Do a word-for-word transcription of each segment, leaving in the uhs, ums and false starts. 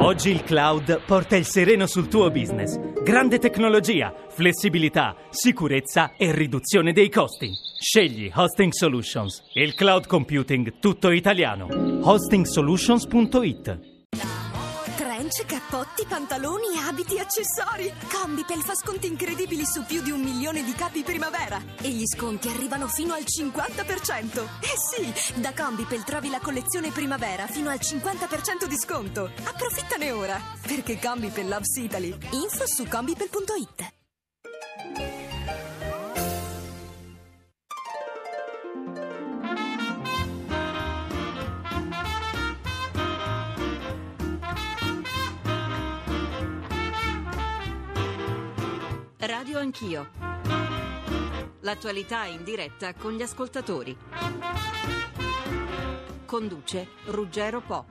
Oggi il cloud porta il sereno sul tuo business. Grande tecnologia, flessibilità, sicurezza e riduzione dei costi. Scegli Hosting Solutions, il cloud computing tutto italiano. hosting solutions punto it. Trench, cappotti, pantaloni, abiti, accessori. Combipel fa sconti incredibili su più di un milione di capi primavera. E gli sconti arrivano fino al cinquanta per cento. Eh sì, da Combipel trovi la collezione primavera fino al cinquanta per cento di sconto. Approfittane ora, perché Combipel loves Italy. Info su combipel punto it. Radio Anch'io. L'attualità in diretta con gli ascoltatori. Conduce Ruggero Po.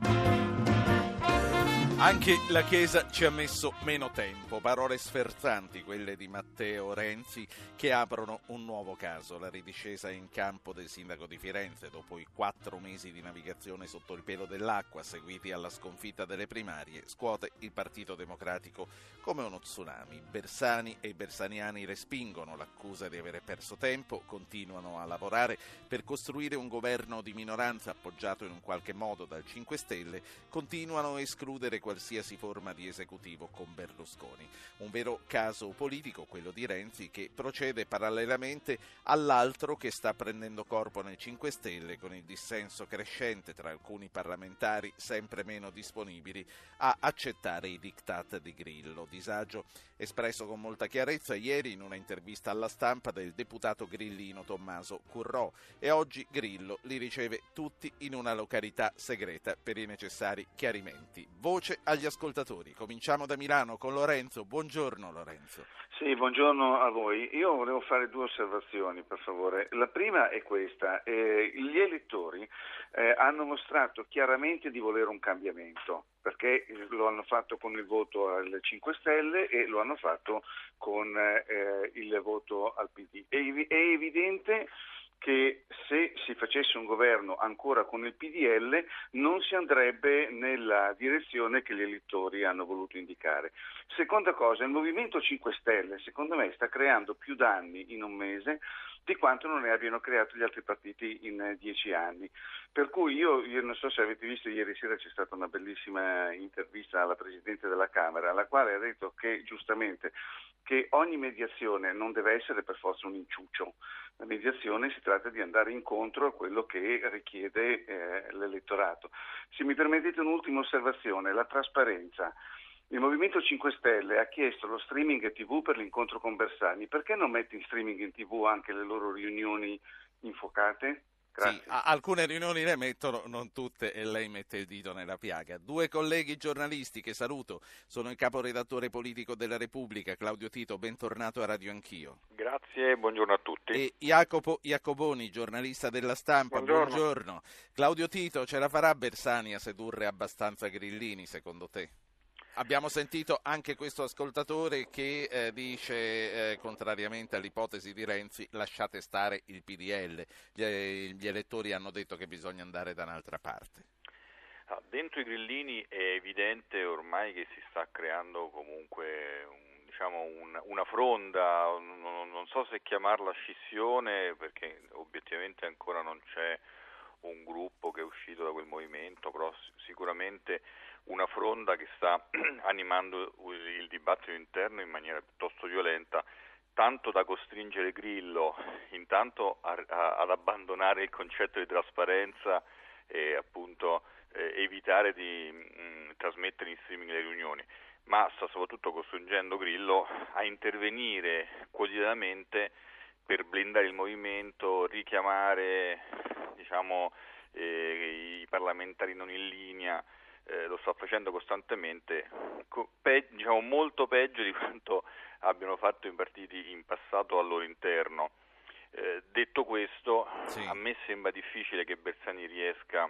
Anche la Chiesa ci ha messo meno tempo. Parole sferzanti quelle di Matteo Renzi, che aprono un nuovo caso, la ridiscesa in campo del sindaco di Firenze dopo i quattro mesi di navigazione sotto il pelo dell'acqua seguiti alla sconfitta delle primarie. Scuote il Partito Democratico come uno tsunami. Bersani e i bersaniani respingono l'accusa di avere perso tempo, continuano a lavorare per costruire un governo di minoranza appoggiato in un qualche modo dal cinque Stelle, continuano a escludere qualsiasi forma di esecutivo con Berlusconi. Un vero caso politico, quello di Renzi, che procede parallelamente all'altro che sta prendendo corpo nel cinque Stelle, con il dissenso crescente tra alcuni parlamentari sempre meno disponibili a accettare i diktat di Grillo. Disagio espresso con molta chiarezza ieri in una intervista alla Stampa del deputato grillino Tommaso Currò, e oggi Grillo li riceve tutti in una località segreta per i necessari chiarimenti. Voce agli ascoltatori. Cominciamo da Milano con Lorenzo. Buongiorno Lorenzo. Sì, buongiorno a voi. Io volevo fare due osservazioni, per favore. La prima è questa. Eh, gli elettori eh, hanno mostrato chiaramente di volere un cambiamento, perché lo hanno fatto con il voto al cinque Stelle e lo hanno fatto con eh, il voto al P D. È, ev- è evidente che se si facesse un governo ancora con il P D L non si andrebbe nella direzione che gli elettori hanno voluto indicare. Seconda cosa, il Movimento cinque Stelle secondo me sta creando più danni in un mese di quanto non ne abbiano creato gli altri partiti in dieci anni. Per cui io, io non so se avete visto, ieri sera c'è stata una bellissima intervista alla Presidente della Camera, la quale ha detto che giustamente che ogni mediazione non deve essere per forza un inciucio. La mediazione si tratta di andare incontro a quello che richiede eh, l'elettorato. Se mi permettete un'ultima osservazione, la trasparenza. Il Movimento cinque Stelle ha chiesto lo streaming tivù per l'incontro con Bersani. Perché non mette in streaming in tivù anche le loro riunioni infuocate? Grazie. Sì, alcune riunioni le mettono, non tutte, e lei mette il dito nella piaga. Due colleghi giornalisti che saluto sono il caporedattore politico della Repubblica, Claudio Tito, bentornato a Radio Anch'io. Grazie, buongiorno a tutti. E Jacopo Iacoboni, giornalista della Stampa, buongiorno. buongiorno. Claudio Tito, ce la farà Bersani a sedurre abbastanza grillini, secondo te? Abbiamo sentito anche questo ascoltatore che eh, dice, eh, contrariamente all'ipotesi di Renzi, lasciate stare il P D L. Gli, eh, gli elettori hanno detto che bisogna andare da un'altra parte. Ah, dentro i grillini è evidente ormai che si sta creando comunque un, diciamo un, una fronda, non, non so se chiamarla scissione, perché obiettivamente ancora non c'è un gruppo che è uscito da quel movimento, però sicuramente una fronda che sta animando il dibattito interno in maniera piuttosto violenta, tanto da costringere Grillo intanto a, a, ad abbandonare il concetto di trasparenza e appunto eh, evitare di mh, trasmettere in streaming le riunioni, ma sta soprattutto costringendo Grillo a intervenire quotidianamente per blindare il movimento, richiamare diciamo eh, i parlamentari non in linea. Eh, lo sta facendo costantemente, co- pe- diciamo molto peggio di quanto abbiano fatto i partiti in passato al loro interno. Eh, detto questo, sì. A me sembra difficile che Bersani riesca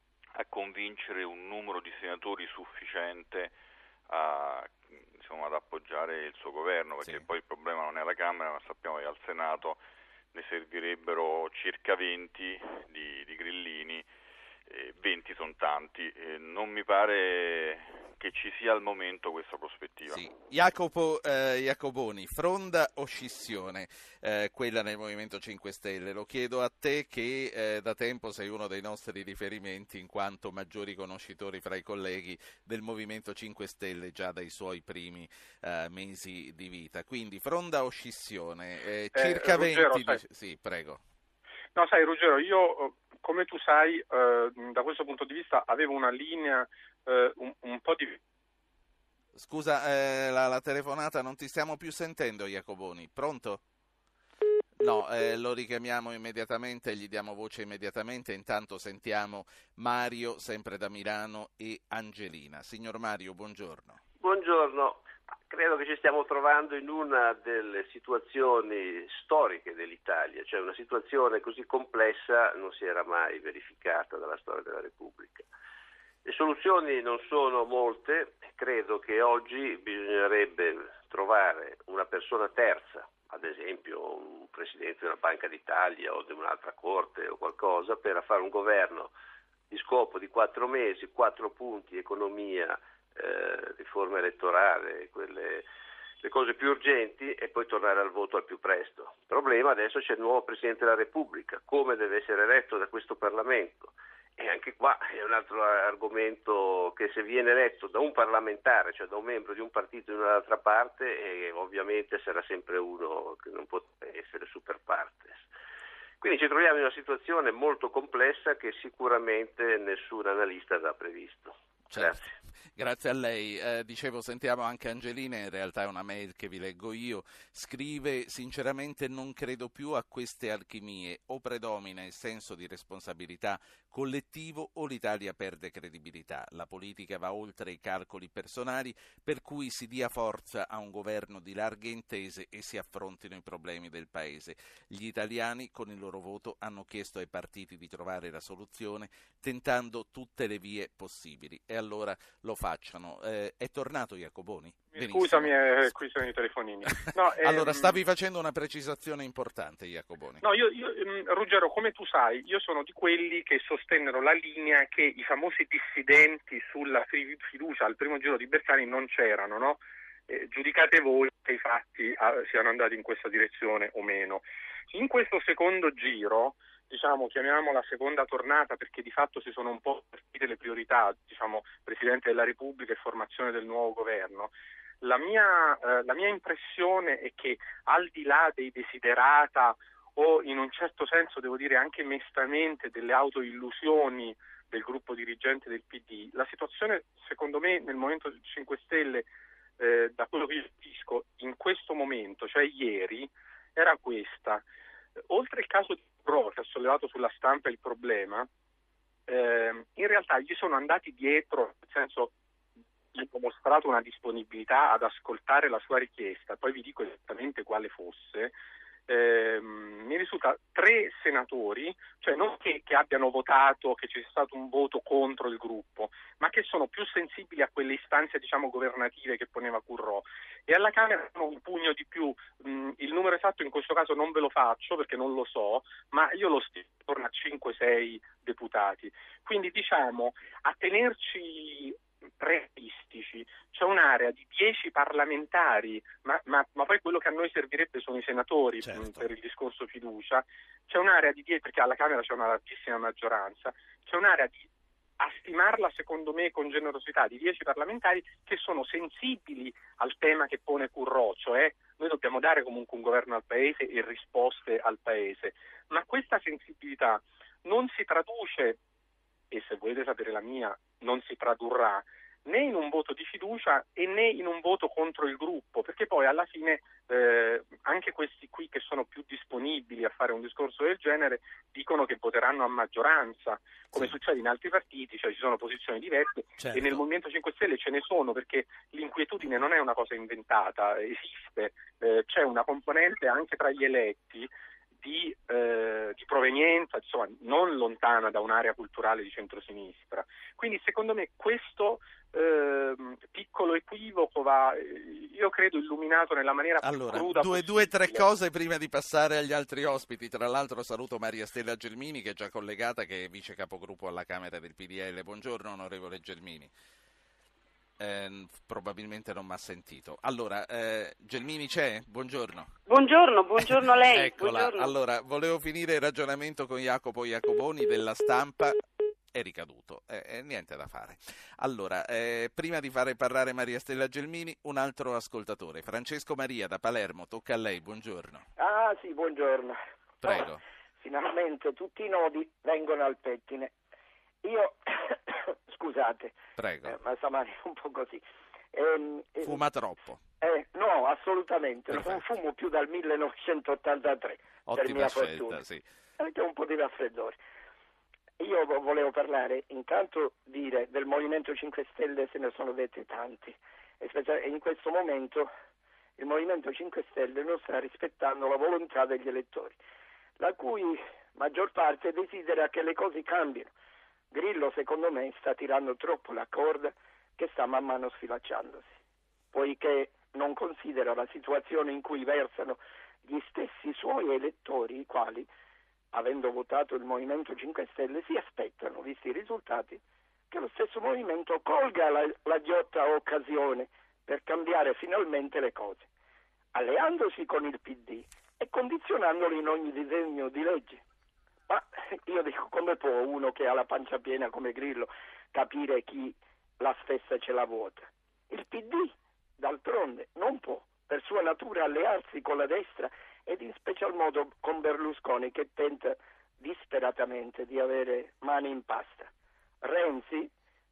a convincere un numero di senatori sufficiente a, insomma, ad appoggiare il suo governo, perché sì. Poi il problema non è alla Camera, ma sappiamo che al Senato ne servirebbero circa venti di, di grillini. venti sono tanti, eh, non mi pare che ci sia al momento questa prospettiva. Sì. Jacopo eh, Jacoboni, fronda o scissione, eh, quella nel Movimento cinque Stelle? Lo chiedo a te che eh, da tempo sei uno dei nostri riferimenti in quanto maggiori conoscitori fra i colleghi del Movimento cinque Stelle già dai suoi primi eh, mesi di vita. Quindi fronda o scissione? Eh, circa eh, Ruggero, venti... sai, Sì, prego. No, sai Ruggero, io come tu sai eh, da questo punto di vista avevo una linea eh, un, un po' di... Scusa, eh, la, la telefonata non ti stiamo più sentendo, Jacoboni. Pronto? No, eh, lo richiamiamo immediatamente, gli diamo voce immediatamente. Intanto sentiamo Mario, sempre da Milano, e Angelina. Signor Mario, buongiorno. Buongiorno. Credo che ci stiamo trovando in una delle situazioni storiche dell'Italia, cioè una situazione così complessa non si era mai verificata dalla storia della Repubblica. Le soluzioni non sono molte, credo che oggi bisognerebbe trovare una persona terza, ad esempio un presidente di una Banca d'Italia o di un'altra corte o qualcosa, per fare un governo di scopo di quattro mesi, quattro punti, economia, eh, riforma elettorale, quelle le cose più urgenti, e poi tornare al voto al più presto. Il problema adesso c'è il nuovo Presidente della Repubblica, come deve essere eletto da questo Parlamento. E anche qua è un altro argomento, che se viene eletto da un parlamentare, cioè da un membro di un partito di un'altra parte, e ovviamente sarà sempre uno che non può essere super partes. Quindi ci troviamo in una situazione molto complessa che sicuramente nessun analista aveva previsto. Certo. Grazie. Grazie a lei. Eh, dicevo, sentiamo anche Angelina, in realtà è una mail che vi leggo io. Scrive: sinceramente non credo più a queste alchimie, o predomina il senso di responsabilità collettivo o l'Italia perde credibilità. La politica va oltre i calcoli personali, per cui si dia forza a un governo di larghe intese e si affrontino i problemi del Paese. Gli italiani con il loro voto hanno chiesto ai partiti di trovare la soluzione tentando tutte le vie possibili, e allora lo facciano. Eh, è tornato Jacoboni? Benissimo. Scusami, eh, qui sono i telefonini. No, eh, allora, stavi facendo una precisazione importante, Jacoboni. No, io, io Ruggero, come tu sai, io sono di quelli che sostennero la linea che i famosi dissidenti sulla fiducia al primo giro di Bersani non c'erano, no? Eh, giudicate voi se i fatti ah, siano andati in questa direzione o meno. In questo secondo giro, diciamo, chiamiamola seconda tornata, perché di fatto si sono un po' partite le priorità, diciamo, Presidente della Repubblica e formazione del nuovo governo. La mia, eh, la mia impressione è che, al di là dei desiderata o in un certo senso, devo dire anche mestamente, delle autoillusioni del gruppo dirigente del P D, la situazione secondo me nel Movimento cinque Stelle, eh, da quello che io capisco in questo momento, cioè ieri, era questa. Oltre il caso di Pro, che ha sollevato sulla stampa il problema, eh, in realtà gli sono andati dietro, nel senso, gli ho mostrato una disponibilità ad ascoltare la sua richiesta, poi vi dico esattamente quale fosse. Eh, mi risulta tre senatori, cioè non che, che abbiano votato, che ci sia stato un voto contro il gruppo, ma che sono più sensibili a quelle istanze, diciamo, governative che poneva Currò, e alla Camera hanno un pugno di più. Mm, il numero esatto in questo caso non ve lo faccio perché non lo so, ma io lo stimo attorno a cinque sei deputati. Quindi, diciamo, a tenerci realistici, c'è un'area di dieci parlamentari, ma, ma, ma poi quello che a noi servirebbe sono i senatori, certo, per il discorso fiducia. C'è un'area di dieci, perché alla Camera c'è una larghissima maggioranza, c'è un'area di, a stimarla secondo me con generosità, di dieci parlamentari che sono sensibili al tema che pone Currò, cioè noi dobbiamo dare comunque un governo al Paese e risposte al Paese, ma questa sensibilità non si traduce, e se volete sapere la mia, non si tradurrà né in un voto di fiducia e né in un voto contro il gruppo, perché poi alla fine eh, anche questi qui che sono più disponibili a fare un discorso del genere dicono che voteranno a maggioranza, come sì. succede in altri partiti, cioè ci sono posizioni diverse, certo. E nel Movimento cinque Stelle ce ne sono, perché l'inquietudine non è una cosa inventata, esiste, eh, c'è una componente anche tra gli eletti Di, eh, di provenienza, insomma, non lontana da un'area culturale di centrosinistra. Quindi secondo me questo eh, piccolo equivoco va, io credo, illuminato nella maniera allora, più cruda due, possibile. due, tre cose prima di passare agli altri ospiti. Tra l'altro saluto Maria Stella Gelmini, che è già collegata, che è vice capogruppo alla Camera del P D L. Buongiorno onorevole Gelmini. eh, probabilmente non mi ha sentito. Allora, eh, Gelmini c'è? Buongiorno. Buongiorno, buongiorno a lei. Eccola, Buongiorno. allora, volevo finire il ragionamento con Jacopo Jacoboni della Stampa. È ricaduto, eh, eh, niente da fare. Allora, eh, prima di fare parlare Maria Stella Gelmini, un altro ascoltatore, Francesco Maria da Palermo, tocca a lei, buongiorno. Ah sì, buongiorno. Prego. Oh, finalmente tutti i nodi vengono al pettine. Io, scusate, Prego. Eh, ma stamani un po' così. Ehm, eh, Fuma troppo. Eh, no, assolutamente, Perfetto. non fumo più dal millenovecentottantatré, per Ottima mia scelta, fortuna. sì. Anche un po' di raffreddore. Io volevo parlare, intanto dire, del Movimento cinque Stelle se ne sono dette tanti, e in questo momento il Movimento cinque Stelle non sta rispettando la volontà degli elettori, la cui maggior parte desidera che le cose cambino. Grillo, secondo me, sta tirando troppo la corda che sta man mano sfilacciandosi, poiché non considera la situazione in cui versano gli stessi suoi elettori, i quali, avendo votato il Movimento cinque Stelle, si aspettano, visti i risultati, che lo stesso movimento colga la, la ghiotta occasione per cambiare finalmente le cose, alleandosi con il P D e condizionandolo in ogni disegno di legge. Ma io dico, come può uno che ha la pancia piena come Grillo capire chi la stessa ce la vuota? Il P D, d'altronde, non può per sua natura allearsi con la destra ed in special modo con Berlusconi, che tenta disperatamente di avere mani in pasta. Renzi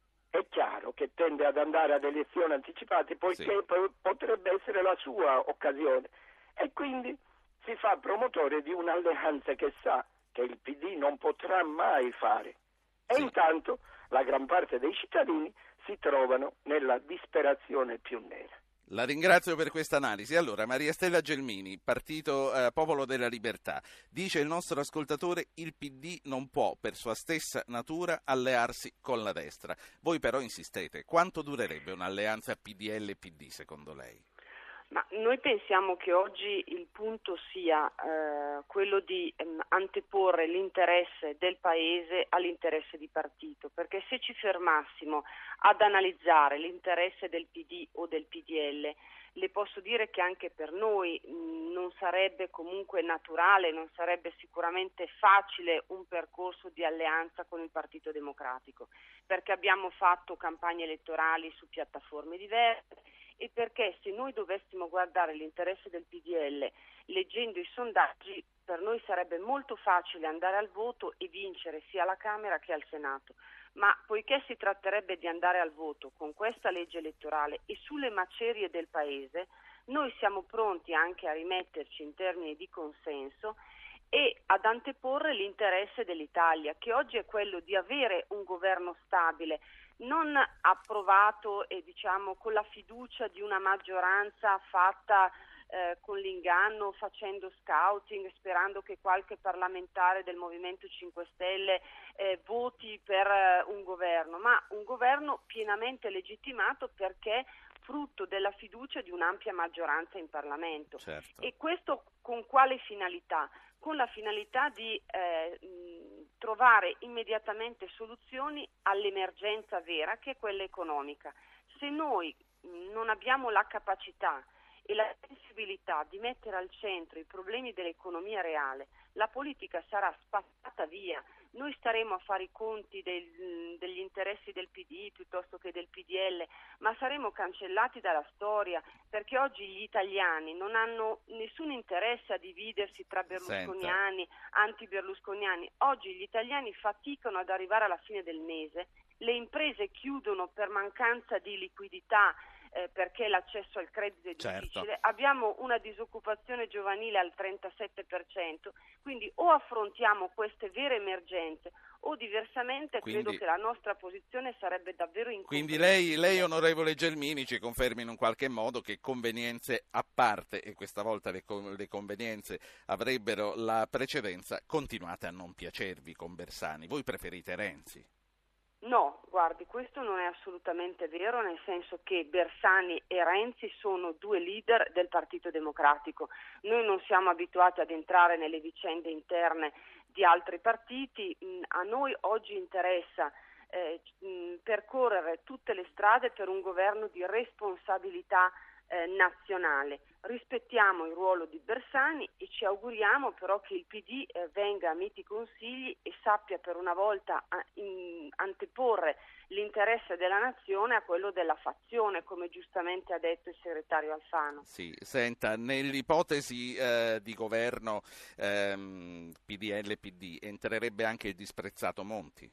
è chiaro che tende ad andare ad elezioni anticipate poiché Sì. po- potrebbe essere la sua occasione, e quindi si fa promotore di un'alleanza che sa che il P D non potrà mai fare. E Sì. intanto la gran parte dei cittadini si trovano nella disperazione più nera. La ringrazio per questa analisi. Allora, Maria Stella Gelmini, Partito eh, Popolo della Libertà, dice il nostro ascoltatore: il P D non può per sua stessa natura allearsi con la destra. Voi però insistete. Quanto durerebbe un'alleanza P D L P D secondo lei? Ma noi pensiamo che oggi il punto sia eh, quello di ehm, anteporre l'interesse del Paese all'interesse di partito, perché se ci fermassimo ad analizzare l'interesse del P D o del P D L, le posso dire che anche per noi mh, non sarebbe comunque naturale, non sarebbe sicuramente facile un percorso di alleanza con il Partito Democratico, perché abbiamo fatto campagne elettorali su piattaforme diverse, e perché se noi dovessimo guardare l'interesse del P D L leggendo i sondaggi, per noi sarebbe molto facile andare al voto e vincere sia alla Camera che al Senato. Ma poiché si tratterebbe di andare al voto con questa legge elettorale e sulle macerie del Paese, noi siamo pronti anche a rimetterci in termini di consenso e ad anteporre l'interesse dell'Italia, che oggi è quello di avere un governo stabile, non approvato e diciamo con la fiducia di una maggioranza fatta eh, con l'inganno, facendo scouting, sperando che qualche parlamentare del Movimento cinque Stelle eh, voti per eh, un governo, ma un governo pienamente legittimato perché frutto della fiducia di un'ampia maggioranza in Parlamento. Certo. E questo con quale finalità? Con la finalità di eh, mh, trovare immediatamente soluzioni all'emergenza vera, che è quella economica. Se noi mh, non abbiamo la capacità e la sensibilità di mettere al centro i problemi dell'economia reale, la politica sarà spazzata via. Noi staremo a fare i conti del, degli interessi del P D piuttosto che del P D L, ma saremo cancellati dalla storia, perché oggi gli italiani non hanno nessun interesse a dividersi tra berlusconiani, anti-berlusconiani. Oggi gli italiani faticano ad arrivare alla fine del mese, le imprese chiudono per mancanza di liquidità, Eh, perché l'accesso al credito è difficile, Certo. Abbiamo una disoccupazione giovanile al trentasette per cento, quindi o affrontiamo queste vere emergenze o diversamente Quindi, credo che la nostra posizione sarebbe davvero quindi incomprensibile. lei, lei, onorevole Gelmini, ci confermi in un qualche modo che, convenienze a parte, e questa volta le, le convenienze avrebbero la precedenza, continuate a non piacervi con Bersani. Voi preferite Renzi? No, guardi, questo non è assolutamente vero, nel senso che Bersani e Renzi sono due leader del Partito Democratico. Noi non siamo abituati ad entrare nelle vicende interne di altri partiti. A noi oggi interessa eh, percorrere tutte le strade per un governo di responsabilità eh, nazionale. Rispettiamo il ruolo di Bersani e ci auguriamo però che il P D eh, venga a miti consigli e sappia per una volta a, in, anteporre l'interesse della nazione a quello della fazione, come giustamente ha detto il segretario Alfano. Sì, senta, nell'ipotesi eh, di governo ehm, P D L P D entrerebbe anche il disprezzato Monti?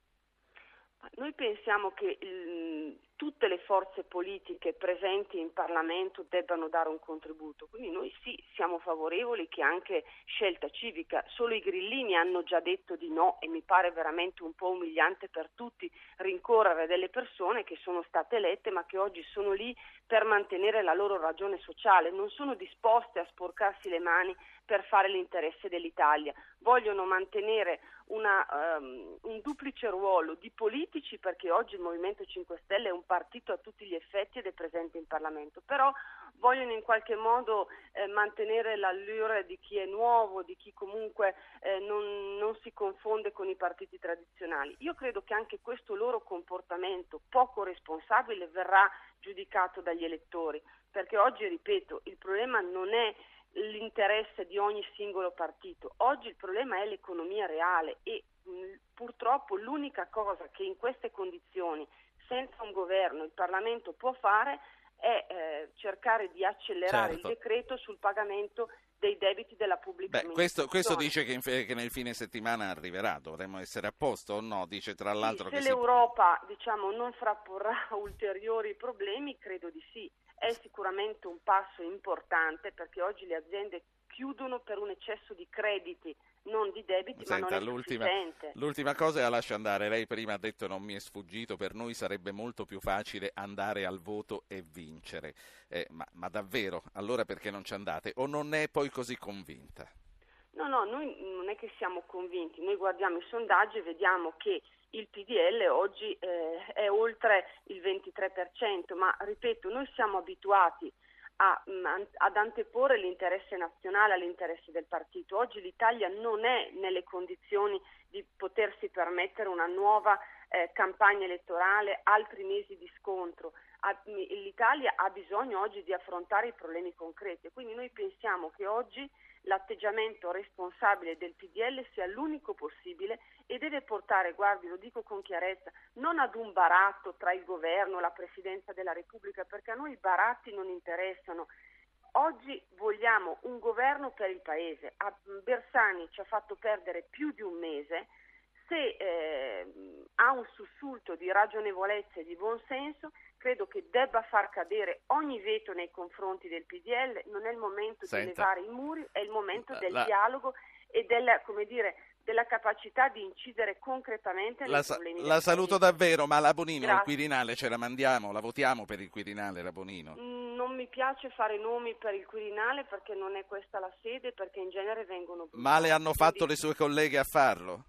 Noi pensiamo che il, tutte le forze politiche presenti in Parlamento debbano dare un contributo, quindi noi sì, siamo favorevoli che anche Scelta Civica, solo i grillini hanno già detto di no e mi pare veramente un po' umiliante per tutti rincorrere delle persone che sono state elette ma che oggi sono lì per mantenere la loro ragione sociale, non sono disposte a sporcarsi le mani per fare l'interesse dell'Italia, vogliono mantenere una, um, un duplice ruolo di politici perché oggi il Movimento cinque Stelle è un partito a tutti gli effetti ed è presente in Parlamento, però vogliono in qualche modo eh, mantenere l'allure di chi è nuovo, di chi comunque eh, non, non si confonde con i partiti tradizionali. Io credo che anche questo loro comportamento poco responsabile verrà giudicato dagli elettori, perché oggi, ripeto, il problema non è l'interesse di ogni singolo partito, oggi il problema è l'economia reale e mh, purtroppo l'unica cosa che in queste condizioni, senza un governo, il Parlamento può fare è eh, cercare di accelerare certo. il decreto sul pagamento dei debiti della pubblica Beh, questo, questo dice che, in, che nel fine settimana arriverà, dovremmo essere a posto o no? Dice tra l'altro sì, che se l'Europa si... diciamo, non frapporrà ulteriori problemi, credo di sì. È sicuramente un passo importante perché oggi le aziende chiudono per un eccesso di crediti, non di debiti, Senta, ma non è l'ultima, sufficiente. L'ultima cosa la lascio andare, lei prima ha detto non mi è sfuggito, per noi sarebbe molto più facile andare al voto e vincere, eh, ma, ma davvero, allora perché non ci andate? O non è poi così convinta? No, no, noi non è che siamo convinti, noi guardiamo i sondaggi e vediamo che il P D L oggi eh, è oltre il ventitré per cento, ma ripeto, noi siamo abituati a, mh, ad anteporre l'interesse nazionale all'interesse del partito. Oggi l'Italia non è nelle condizioni di potersi permettere una nuova eh, campagna elettorale, altri mesi di scontro. Ha, L'Italia ha bisogno oggi di affrontare i problemi concreti, quindi noi pensiamo che oggi l'atteggiamento responsabile del P D L sia l'unico possibile e deve portare, guardi, lo dico con chiarezza, non ad un baratto tra il governo e la Presidenza della Repubblica, perché a noi i baratti non interessano. Oggi vogliamo un governo per il Paese. Bersani ci ha fatto perdere più di un mese. Se eh, ha un sussulto di ragionevolezza e di buonsenso, credo che debba far cadere ogni veto nei confronti del P D L. Non è il momento Senta. di levare i muri, è il momento del La... dialogo e del, come dire, della capacità di incidere concretamente nei la, sa- problemi la del saluto Paese. davvero, ma la Bonino, Grazie. il Quirinale ce la mandiamo, la votiamo per il Quirinale, la Bonino? Non mi piace fare nomi per il Quirinale perché non è questa la sede, perché in genere vengono bruciati. Ma le hanno fatto Quindi... le sue colleghe a farlo?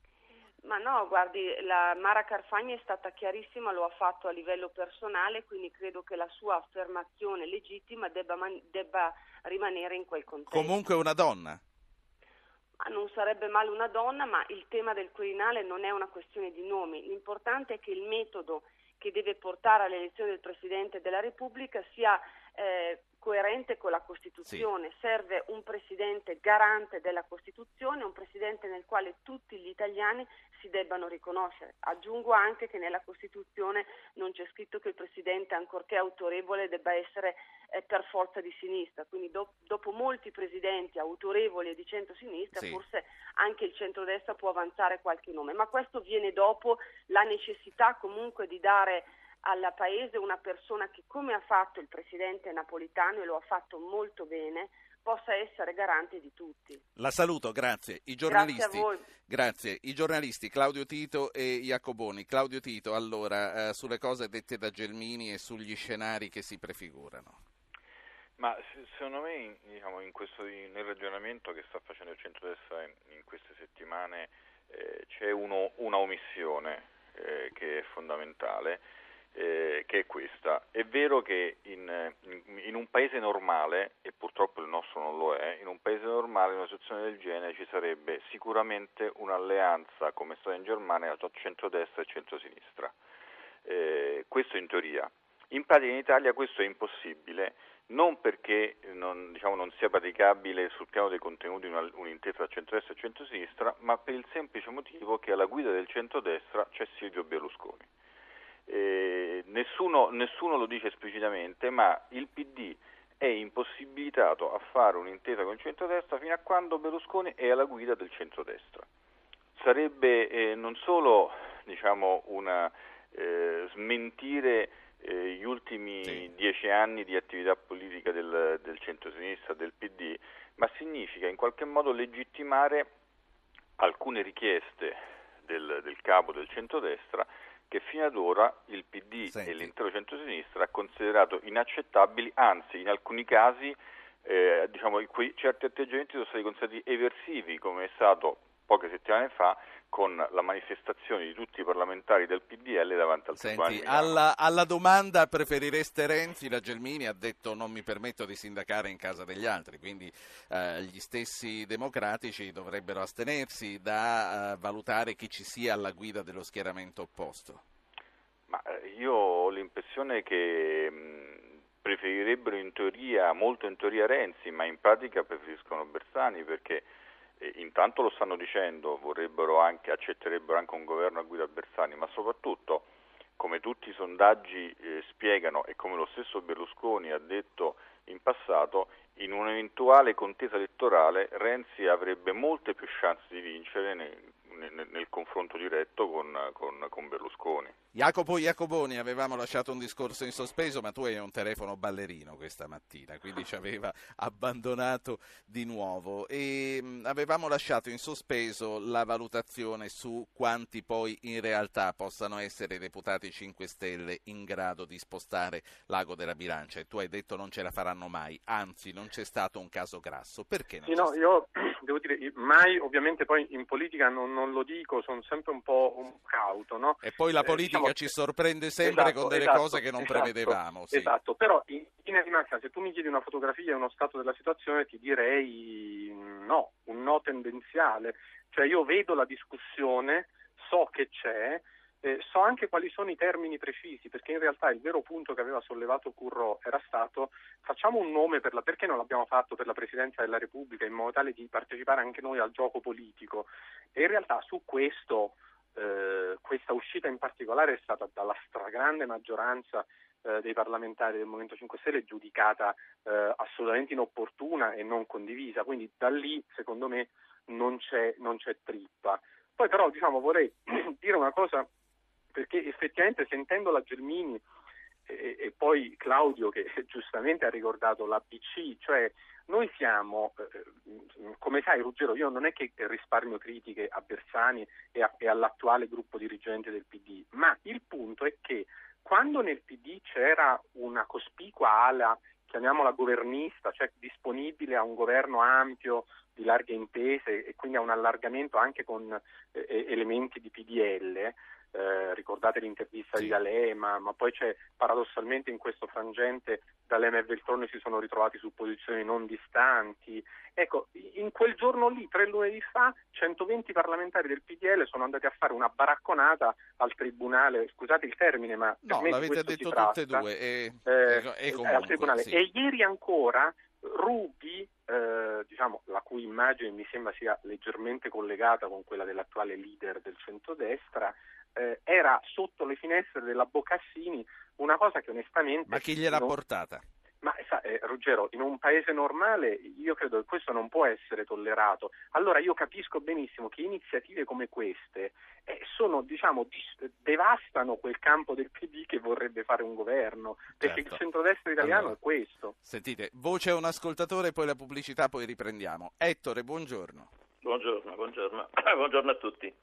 Ma no, guardi, la Mara Carfagna è stata chiarissima, lo ha fatto a livello personale, quindi credo che la sua affermazione legittima debba, man- debba rimanere in quel contesto. Comunque una donna? Ma non sarebbe male una donna, ma il tema del Quirinale non è una questione di nomi. L'importante è che il metodo che deve portare all'elezione del Presidente della Repubblica sia eh, coerente con la Costituzione. Sì. Serve un Presidente garante della Costituzione, un Presidente nel quale tutti gli italiani si debbano riconoscere. Aggiungo anche che nella Costituzione non c'è scritto che il Presidente, ancorché autorevole, debba essere eh, per forza di sinistra, quindi do- dopo molti Presidenti autorevoli e di centro-sinistra, sì, forse anche il centrodestra può avanzare qualche nome, ma questo viene dopo la necessità comunque di dare al Paese una persona che, come ha fatto il Presidente Napolitano e lo ha fatto molto bene, possa essere garante di tutti. La saluto, grazie. I giornalisti, grazie a voi. Grazie. I giornalisti Claudio Tito e Iacoboni. Claudio Tito, allora, eh, sulle cose dette da Gelmini e sugli scenari che si prefigurano. Ma secondo me, diciamo, in questo, nel ragionamento che sta facendo il centrodestra in, in queste settimane eh, c'è uno, una omissione eh, che è fondamentale, eh, che è questa. È vero che in, in, in un paese normale, e purtroppo il nostro non lo è, in un paese normale in una situazione del genere ci sarebbe sicuramente un'alleanza, come è stata in Germania, tra centrodestra e centrosinistra. Eh, questo in teoria. In pratica in Italia questo è impossibile, non perché non, diciamo, non sia praticabile sul piano dei contenuti una, un'intesa tra centrodestra e centrosinistra, ma per il semplice motivo che alla guida del centrodestra c'è Silvio Berlusconi. Eh, nessuno, nessuno lo dice esplicitamente, ma il P D è impossibilitato a fare un'intesa con il centrodestra fino a quando Berlusconi è alla guida del centrodestra. Sarebbe eh, non solo, diciamo, una eh, smentire Eh, gli ultimi sì. dieci anni di attività politica del, del centro-sinistra, del P D, ma significa in qualche modo legittimare alcune richieste del, del capo del centrodestra che fino ad ora il P D Senti. e l'intero centro-sinistra ha considerato inaccettabili, anzi in alcuni casi eh, diciamo, quei certi atteggiamenti sono stati considerati eversivi, come è stato poche settimane fa con la manifestazione di tutti i parlamentari del P D L davanti al Tribunale Senti, di Milano. alla, alla domanda preferireste Renzi, la Gelmini ha detto non mi permetto di sindacare in casa degli altri, quindi eh, gli stessi democratici dovrebbero astenersi da eh, valutare chi ci sia alla guida dello schieramento opposto. Ma eh, io ho l'impressione che mh, preferirebbero in teoria, molto in teoria Renzi, ma in pratica preferiscono Bersani perché E intanto lo stanno dicendo, vorrebbero anche, accetterebbero anche un governo a guida Bersani, ma soprattutto, come tutti i sondaggi eh, spiegano e come lo stesso Berlusconi ha detto in passato, in un'eventuale contesa elettorale Renzi avrebbe molte più chance di vincere nel, nel, nel confronto diretto con, con, con Berlusconi. Jacopo Iacoboni, avevamo lasciato un discorso in sospeso, ma tu hai un telefono ballerino questa mattina, quindi ci aveva abbandonato di nuovo e mh, avevamo lasciato in sospeso la valutazione su quanti poi in realtà possano essere i deputati cinque Stelle in grado di spostare l'ago della bilancia, e tu hai detto non ce la faranno mai, anzi non c'è stato un caso Grasso. Perché non sì, c'è no, stato? io devo dire, mai ovviamente poi in politica non, non lo dico, sono sempre un po' un cauto, no? E poi la politica eh, diciamo, ci sorprende sempre esatto, con delle esatto, cose che non esatto, prevedevamo. Sì. Esatto, però in linea di massima se tu mi chiedi una fotografia e uno stato della situazione ti direi no, un no tendenziale, cioè io vedo la discussione, so che c'è, Eh, so anche quali sono i termini precisi, perché in realtà il vero punto che aveva sollevato Currò era stato facciamo un nome per la, perché non l'abbiamo fatto per la Presidenza della Repubblica in modo tale di partecipare anche noi al gioco politico, e in realtà su questo eh, questa uscita in particolare è stata dalla stragrande maggioranza eh, dei parlamentari del Movimento cinque Stelle giudicata eh, assolutamente inopportuna e non condivisa, quindi da lì secondo me non c'è, non c'è trippa. Poi però diciamo vorrei dire una cosa, perché effettivamente sentendo la Gelmini e, e poi Claudio che giustamente ha ricordato l'A B C, cioè noi siamo, eh, come sai Ruggero, io non è che risparmio critiche a Bersani e, a, e all'attuale gruppo dirigente del P D, ma il punto è che quando nel P D c'era una cospicua ala, chiamiamola governista, cioè disponibile a un governo ampio di larghe intese e quindi a un allargamento anche con eh, elementi di P D L, Eh, ricordate l'intervista sì. di D'Alema, ma poi c'è paradossalmente in questo frangente D'Alema e Veltroni si sono ritrovati su posizioni non distanti. Ecco, in quel giorno lì, tre lunedì fa, centoventi parlamentari del P D L sono andati a fare una baracconata al tribunale, scusate il termine, ma per no, me l'avete detto tutte e due, e, eh, e comunque, al tribunale. Sì. E ieri ancora Ruby, eh, diciamo, la cui immagine mi sembra sia leggermente collegata con quella dell'attuale leader del centrodestra, eh, era sotto le finestre della Boccassini, una cosa che onestamente... Ma chi gliel'ha non... portata? Ma sa, eh, Ruggero, in un paese normale io credo che questo non può essere tollerato. Allora io capisco benissimo che iniziative come queste eh, sono, diciamo, dis- devastano quel campo del P D che vorrebbe fare un governo, perché certo. il centrodestra italiano allora, è questo. Sentite, voce a un ascoltatore, poi la pubblicità, poi riprendiamo. Ettore, buongiorno. Buongiorno, buongiorno, buongiorno a tutti.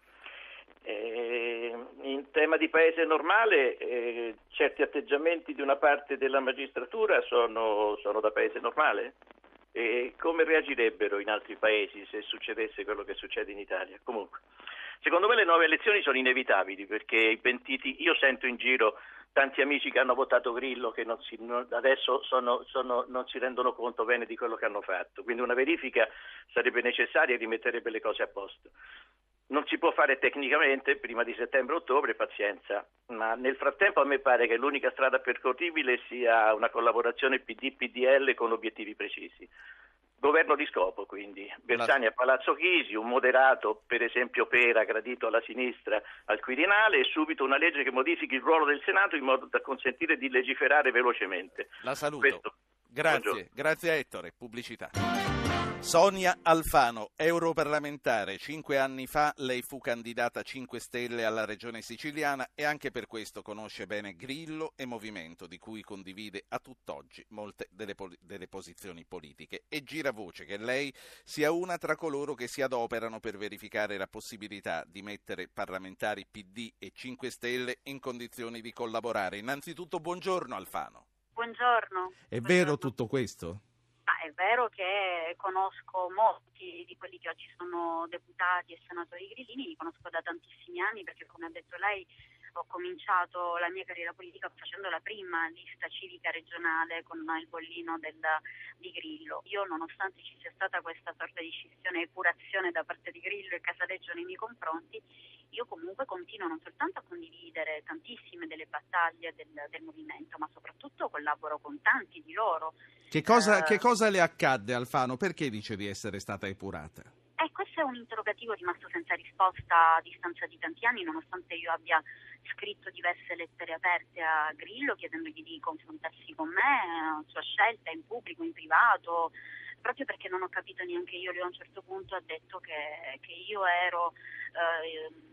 Eh, in tema di paese normale eh, certi atteggiamenti di una parte della magistratura sono, sono da paese normale? E come reagirebbero in altri paesi se succedesse quello che succede in Italia? Comunque, secondo me le nuove elezioni sono inevitabili perché i pentiti, io sento in giro tanti amici che hanno votato Grillo che non si, non, adesso sono, sono, non si rendono conto bene di quello che hanno fatto. Quindi una verifica sarebbe necessaria e rimetterebbe le cose a posto. Non si può fare tecnicamente prima di settembre-ottobre, pazienza, ma nel frattempo a me pare che l'unica strada percorribile sia una collaborazione P D P D L con obiettivi precisi. Governo di scopo, quindi. Bersani a Palazzo Chigi, un moderato, per esempio Pera, gradito alla sinistra al Quirinale, e subito una legge che modifichi il ruolo del Senato in modo da consentire di legiferare velocemente. La saluto. Questo. Grazie, Buongiorno. grazie a Ettore. Pubblicità. Sonia Alfano, europarlamentare. Cinque anni fa lei fu candidata cinque Stelle alla regione siciliana e anche per questo conosce bene Grillo e Movimento, di cui condivide a tutt'oggi molte delle, pol- delle posizioni politiche. E gira voce che lei sia una tra coloro che si adoperano per verificare la possibilità di mettere parlamentari P D e cinque Stelle in condizioni di collaborare. Innanzitutto, buongiorno Alfano. Buongiorno. È vero tutto questo? Ah, è vero che conosco molti di quelli che oggi sono deputati e senatori grillini, li conosco da tantissimi anni perché, come ha detto lei, ho cominciato la mia carriera politica facendo la prima lista civica regionale con il bollino del, di Grillo. Io, nonostante ci sia stata questa sorta di scissione e epurazione da parte di Grillo e Casaleggio nei miei confronti, io comunque continuo non soltanto a condividere tantissime delle battaglie del, del movimento, ma soprattutto collaboro con tanti di loro. Che cosa, eh, che cosa le accadde, Alfano? Perché dice di essere stata epurata? Eh, questo è un interrogativo rimasto senza risposta a distanza di tanti anni, nonostante io abbia scritto diverse lettere aperte a Grillo chiedendogli di confrontarsi con me, a sua scelta, in pubblico, in privato, proprio perché non ho capito neanche io. Lui a un certo punto ha detto che, che io ero eh,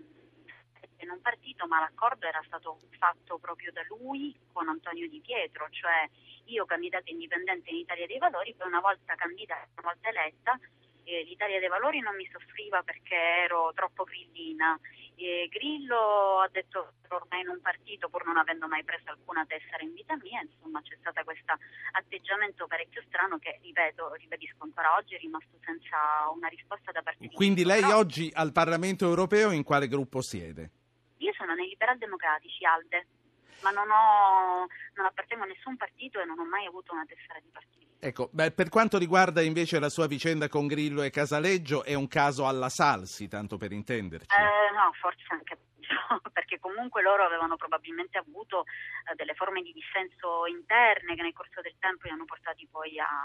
in un partito, ma l'accordo era stato fatto proprio da lui con Antonio Di Pietro, cioè io candidata indipendente in Italia dei Valori, poi una volta candidata, una volta eletta, eh, l'Italia dei Valori non mi soffriva perché ero troppo grillina. E Grillo ha detto ormai in un partito pur non avendo mai preso alcuna tessera in vita mia, insomma c'è stato questo atteggiamento parecchio strano che, ripeto, ribadisco ancora oggi, è rimasto senza una risposta da parte di Quindi nessuno. lei Però oggi al Parlamento europeo in quale gruppo siede? io sono nei Liberal Democratici, ALDE, ma non ho non appartengo a nessun partito e non ho mai avuto una tessera di partito. Ecco, beh, per quanto riguarda invece la sua vicenda con Grillo e Casaleggio, è un caso alla Salsi, tanto per intenderci. Eh, no, forse anche peggio, perché comunque loro avevano probabilmente avuto eh, delle forme di dissenso interne che nel corso del tempo li hanno portati poi a,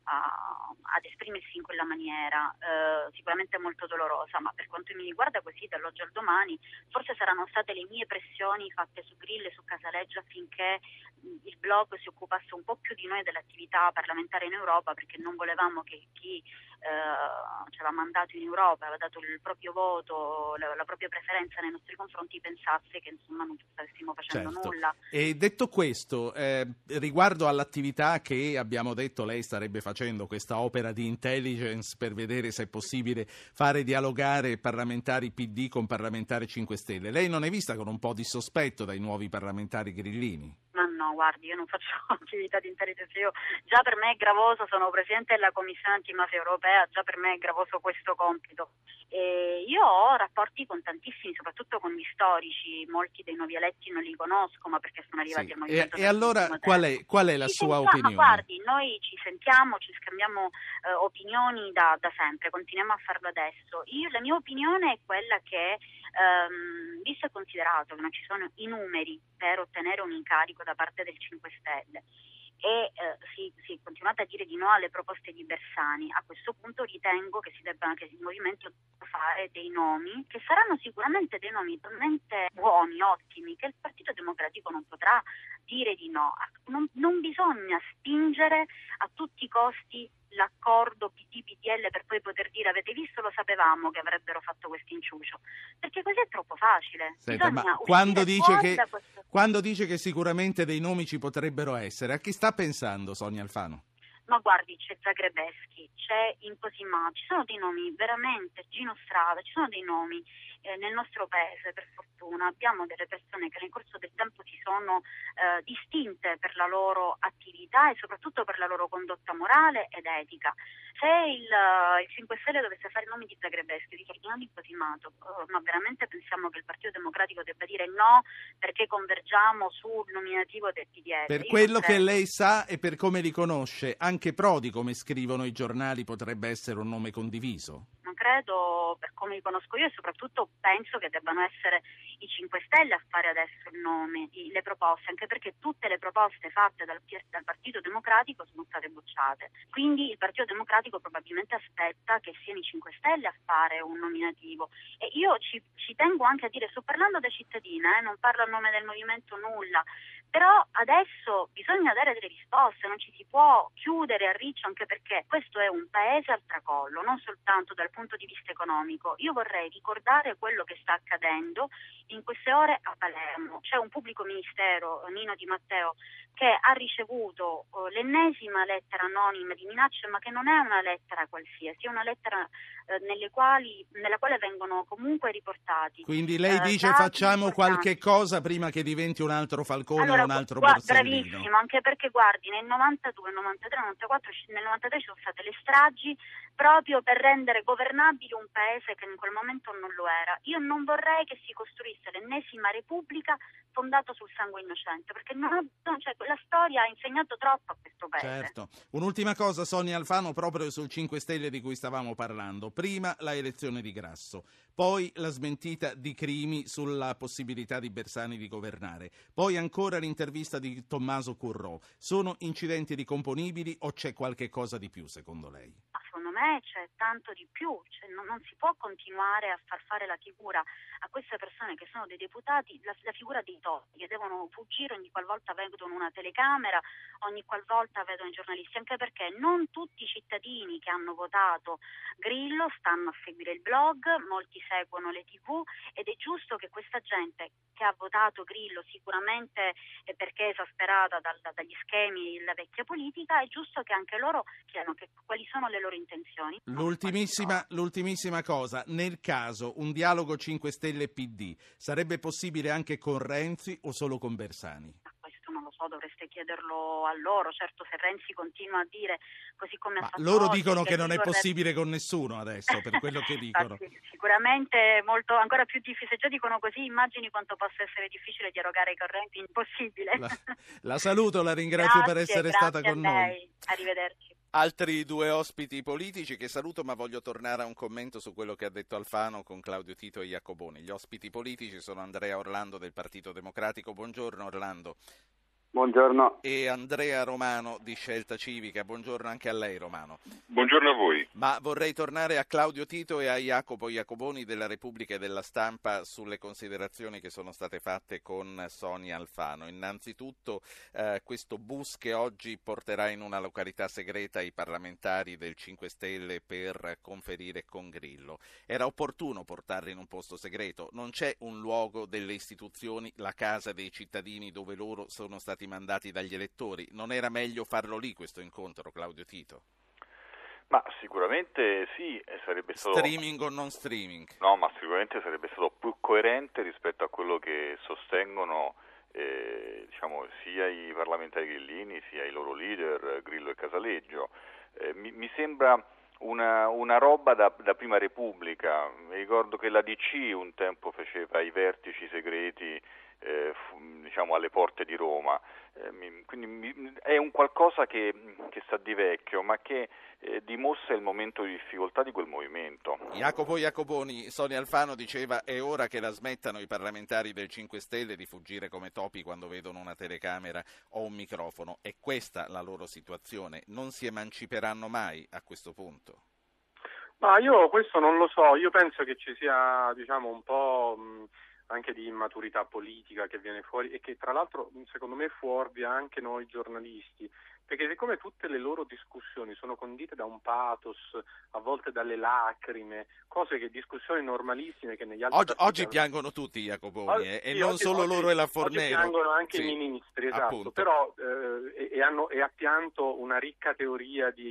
a, ad esprimersi in quella maniera, eh, sicuramente molto dolorosa, ma per quanto mi riguarda così dall'oggi al domani, forse saranno state le mie pressioni fatte su Grillo e su Casaleggio affinché il blog si occupasse un po' più di noi dell'attività parlamentare in Europa, perché non volevamo che chi eh, ci aveva mandato in Europa, aveva dato il proprio voto, la, la propria preferenza nei nostri confronti, pensasse che insomma non stessimo facendo Certo. nulla. E detto questo, eh, riguardo all'attività che abbiamo detto lei starebbe facendo, questa opera di intelligence per vedere se è possibile fare dialogare parlamentari P D con parlamentari cinque Stelle, lei non è vista con un po' di sospetto dai nuovi parlamentari grillini? Ma no, guardi, io non faccio attività di intelligence, io già per me è gravoso, sono presidente della Commissione Antimafia Europea, già per me è gravoso questo compito. E io ho rapporti con tantissimi, soprattutto con gli storici, molti dei nuovi eletti non li conosco, ma perché sono arrivati Sì. al movimento. E, e allora qual è, qual è la Ci sua sentiamo, opinione? Ma guardi, noi ci sentiamo, ci scambiamo eh, opinioni da, da sempre, continuiamo a farlo adesso. Io, la mia opinione è quella che, ehm, visto e considerato che non ci sono i numeri per ottenere un incarico da parte del cinque Stelle e eh, si, si è continuato a dire di no alle proposte di Bersani, a questo punto ritengo che si debba, che il movimento debba fare dei nomi che saranno sicuramente dei nomi talmente buoni, ottimi, che il Partito Democratico non potrà dire di no. Non, non bisogna spingere a tutti i costi l'accordo P D P D L per poi poter dire avete visto, lo sapevamo che avrebbero fatto questo inciucio, perché così è troppo facile. Senta, Bisogna ma quando dice, fuori che, da questo... quando dice che sicuramente dei nomi ci potrebbero essere, a chi sta pensando Sonia Alfano? Ma guardi, c'è Zagrebeschi, c'è Imposimà, ci sono dei nomi veramente, Gino Strada, ci sono dei nomi eh, nel nostro paese, per fortuna, abbiamo delle persone che nel corso del tempo si sono eh, distinte per la loro attività e soprattutto per la loro condotta morale ed etica. Se il, uh, il cinque Stelle dovesse fare i nomi di Zagrebeschi, di Ferdinando Imposimato, uh, ma veramente pensiamo che il Partito Democratico debba dire no perché convergiamo sul nominativo del P D S? Per Io quello che credo. lei sa e per come li conosce, anche Prodi, come scrivono i giornali, potrebbe essere un nome condiviso? Non credo, per come li conosco io, e soprattutto penso che debbano essere i cinque Stelle a fare adesso il nome, i, le proposte, anche perché tutte le proposte fatte dal, dal Partito Democratico sono state bocciate. Quindi il Partito Democratico probabilmente aspetta che siano i cinque Stelle a fare un nominativo. E io ci, ci tengo anche a dire, sto parlando da cittadina, eh, non parlo a nome del movimento nulla, però adesso bisogna dare delle risposte, non ci si può chiudere a riccio, anche perché questo è un paese al tracollo, non soltanto dal punto di vista economico. Io vorrei ricordare quello che sta accadendo in queste ore a Palermo. C'è un pubblico ministero, Nino Di Matteo, che ha ricevuto uh, l'ennesima lettera anonima di minacce, ma che non è una lettera qualsiasi, è una lettera uh, nelle quali, nella quale vengono comunque riportati. Quindi lei uh, dice facciamo qualche cosa prima che diventi un altro Falcone allora, o un altro gu- Borsellino. Bravissimo, anche perché guardi, nel novantadue, novantatré, novantaquattro, nel novantatré ci sono state le stragi proprio per rendere governabile un paese che in quel momento non lo era. Io non vorrei che si costruisse l'ennesima repubblica fondata sul sangue innocente, perché non, cioè, la storia ha insegnato troppo a questo paese. Certo. Un'ultima cosa, Sonia Alfano, proprio sul cinque Stelle di cui stavamo parlando. Prima la elezione di Grasso, poi la smentita di Crimi sulla possibilità di Bersani di governare, poi ancora l'intervista di Tommaso Currò. Sono incidenti ricomponibili o c'è qualche cosa di più, secondo lei? Secondo me c'è tanto di più, cioè, non, non si può continuare a far fare la figura a queste persone che sono dei deputati, la, la figura dei topi, che devono fuggire ogni qualvolta vedono una telecamera, ogni qualvolta vedono i giornalisti, anche perché non tutti i cittadini che hanno votato Grillo stanno a seguire il blog, molti seguono le tivù, ed è giusto che questa gente che ha votato Grillo sicuramente è perché è esasperata dal, dagli schemi della vecchia politica, è giusto che anche loro chiedano che, quali sono le loro intenzioni. L'ultimissima, l'ultimissima cosa, nel caso un dialogo cinque Stelle P D sarebbe possibile anche con Renzi o solo con Bersani? Questo non lo so, dovreste chiederlo a loro. Certo, se Renzi continua a dire così come Ma ha fatto loro oggi, dicono che non è vorrebbe... possibile con nessuno adesso, per quello che dicono. Sì, sicuramente molto ancora più difficile. Se già dicono così, immagini quanto possa essere difficile dialogare con Renzi, impossibile. La, la saluto, la ringrazio grazie, per essere grazie stata con a lei. noi. Arrivederci. Altri due ospiti politici che saluto, ma voglio tornare a un commento su quello che ha detto Alfano con Claudio Tito e Jacoboni. Gli ospiti politici sono Andrea Orlando del Partito Democratico. Buongiorno Orlando. Buongiorno. E Andrea Romano di Scelta Civica. Buongiorno anche a lei, Romano. Buongiorno a voi. Ma vorrei tornare a Claudio Tito e a Jacopo Jacoboni della Repubblica e della Stampa sulle considerazioni che sono state fatte con Sonia Alfano. Innanzitutto eh, questo bus che oggi porterà in una località segreta i parlamentari del cinque Stelle per conferire con Grillo. Era opportuno portarli in un posto segreto? Non c'è un luogo delle istituzioni, la casa dei cittadini, dove loro sono stati mandati dagli elettori? Non era meglio farlo lì questo incontro, Claudio Tito? Ma sicuramente sì, sarebbe stato... Streaming o non streaming? No, ma sicuramente sarebbe stato più coerente rispetto a quello che sostengono eh, diciamo, sia i parlamentari grillini sia i loro leader, Grillo e Casaleggio. Eh, mi, mi sembra una, una roba da, da Prima Repubblica. Mi ricordo che la D C un tempo faceva i vertici segreti Eh, diciamo alle porte di Roma, eh, mi, quindi mi, è un qualcosa che, che sta di vecchio, ma che eh, dimostra il momento di difficoltà di quel movimento. Jacopo Jacoboni, Sonia Alfano diceva è ora che la smettano i parlamentari del cinque Stelle di fuggire come topi quando vedono una telecamera o un microfono. È questa la loro situazione, non si emanciperanno mai a questo punto? Ma io questo non lo so, io penso che ci sia diciamo un po' mh, anche di immaturità politica che viene fuori e che tra l'altro secondo me fuorvia anche noi giornalisti, perché siccome tutte le loro discussioni sono condite da un pathos, a volte dalle lacrime, cose che discussioni normalissime che negli altri oggi, oggi piangono tutti Jacoboni eh, e sì, non oggi, solo oggi, loro e la oggi Fornero. piangono anche sì, i ministri, esatto, appunto. però eh, e, e hanno e ha pianto una ricca teoria di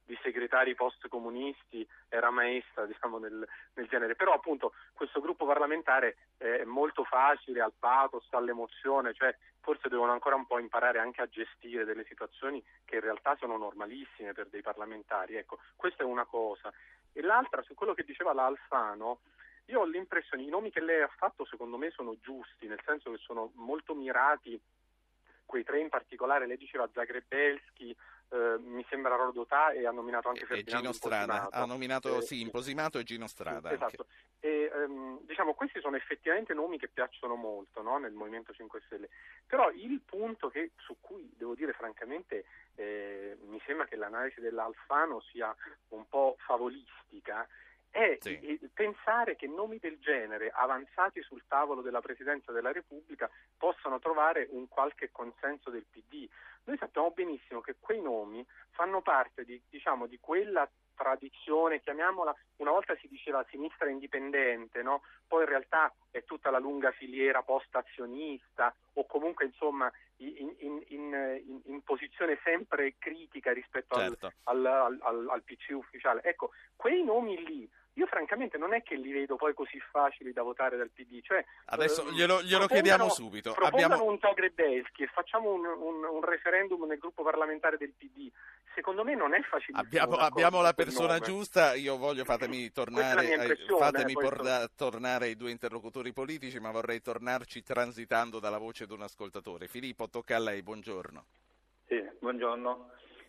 di segretari post-comunisti era maestra, diciamo, nel, nel genere. Però appunto questo gruppo parlamentare è molto facile al pathos, all'emozione, cioè forse devono ancora un po' imparare anche a gestire delle situazioni che in realtà sono normalissime per dei parlamentari. Ecco, questa è una cosa. E l'altra, su quello che diceva la Alfano, io ho l'impressione, i nomi che lei ha fatto secondo me sono giusti, nel senso che sono molto mirati, quei tre in particolare. Lei diceva Zagrebelsky, eh, mi sembra Rodotà, e ha nominato anche e Ferdinando Gino Strada, Imposimato. ha nominato eh, sì, Imposimato e Gino Strada. Sì, esatto. E, ehm, diciamo, questi sono effettivamente nomi che piacciono molto, no, nel Movimento cinque Stelle. Però il punto che, su cui devo dire francamente eh, mi sembra che l'analisi dell'Alfano sia un po' favolistica è sì. pensare che nomi del genere avanzati sul tavolo della Presidenza della Repubblica possano trovare un qualche consenso del P D. Noi sappiamo benissimo che quei nomi fanno parte di, diciamo, di quella tradizione, chiamiamola, una volta si diceva sinistra indipendente, no? Poi in realtà è tutta la lunga filiera post-azionista, o comunque insomma in, in, in, in posizione sempre critica rispetto certo. al, al, al, al P C ufficiale. Ecco, quei nomi lì io francamente non è che li vedo poi così facili da votare dal P D. Cioè, adesso ehm, glielo, glielo chiediamo subito. Propongano Abbiamo... un Zagrebelsky e facciamo un, un, un referendum nel gruppo parlamentare del P D. Secondo me non è facile. Abbiamo, abbiamo la persona giusta. Io voglio, fatemi tornare, ai, fatemi porda, tornare ai due interlocutori politici, ma vorrei tornarci transitando dalla voce di un ascoltatore. Filippo, tocca a lei, buongiorno. Sì, buongiorno.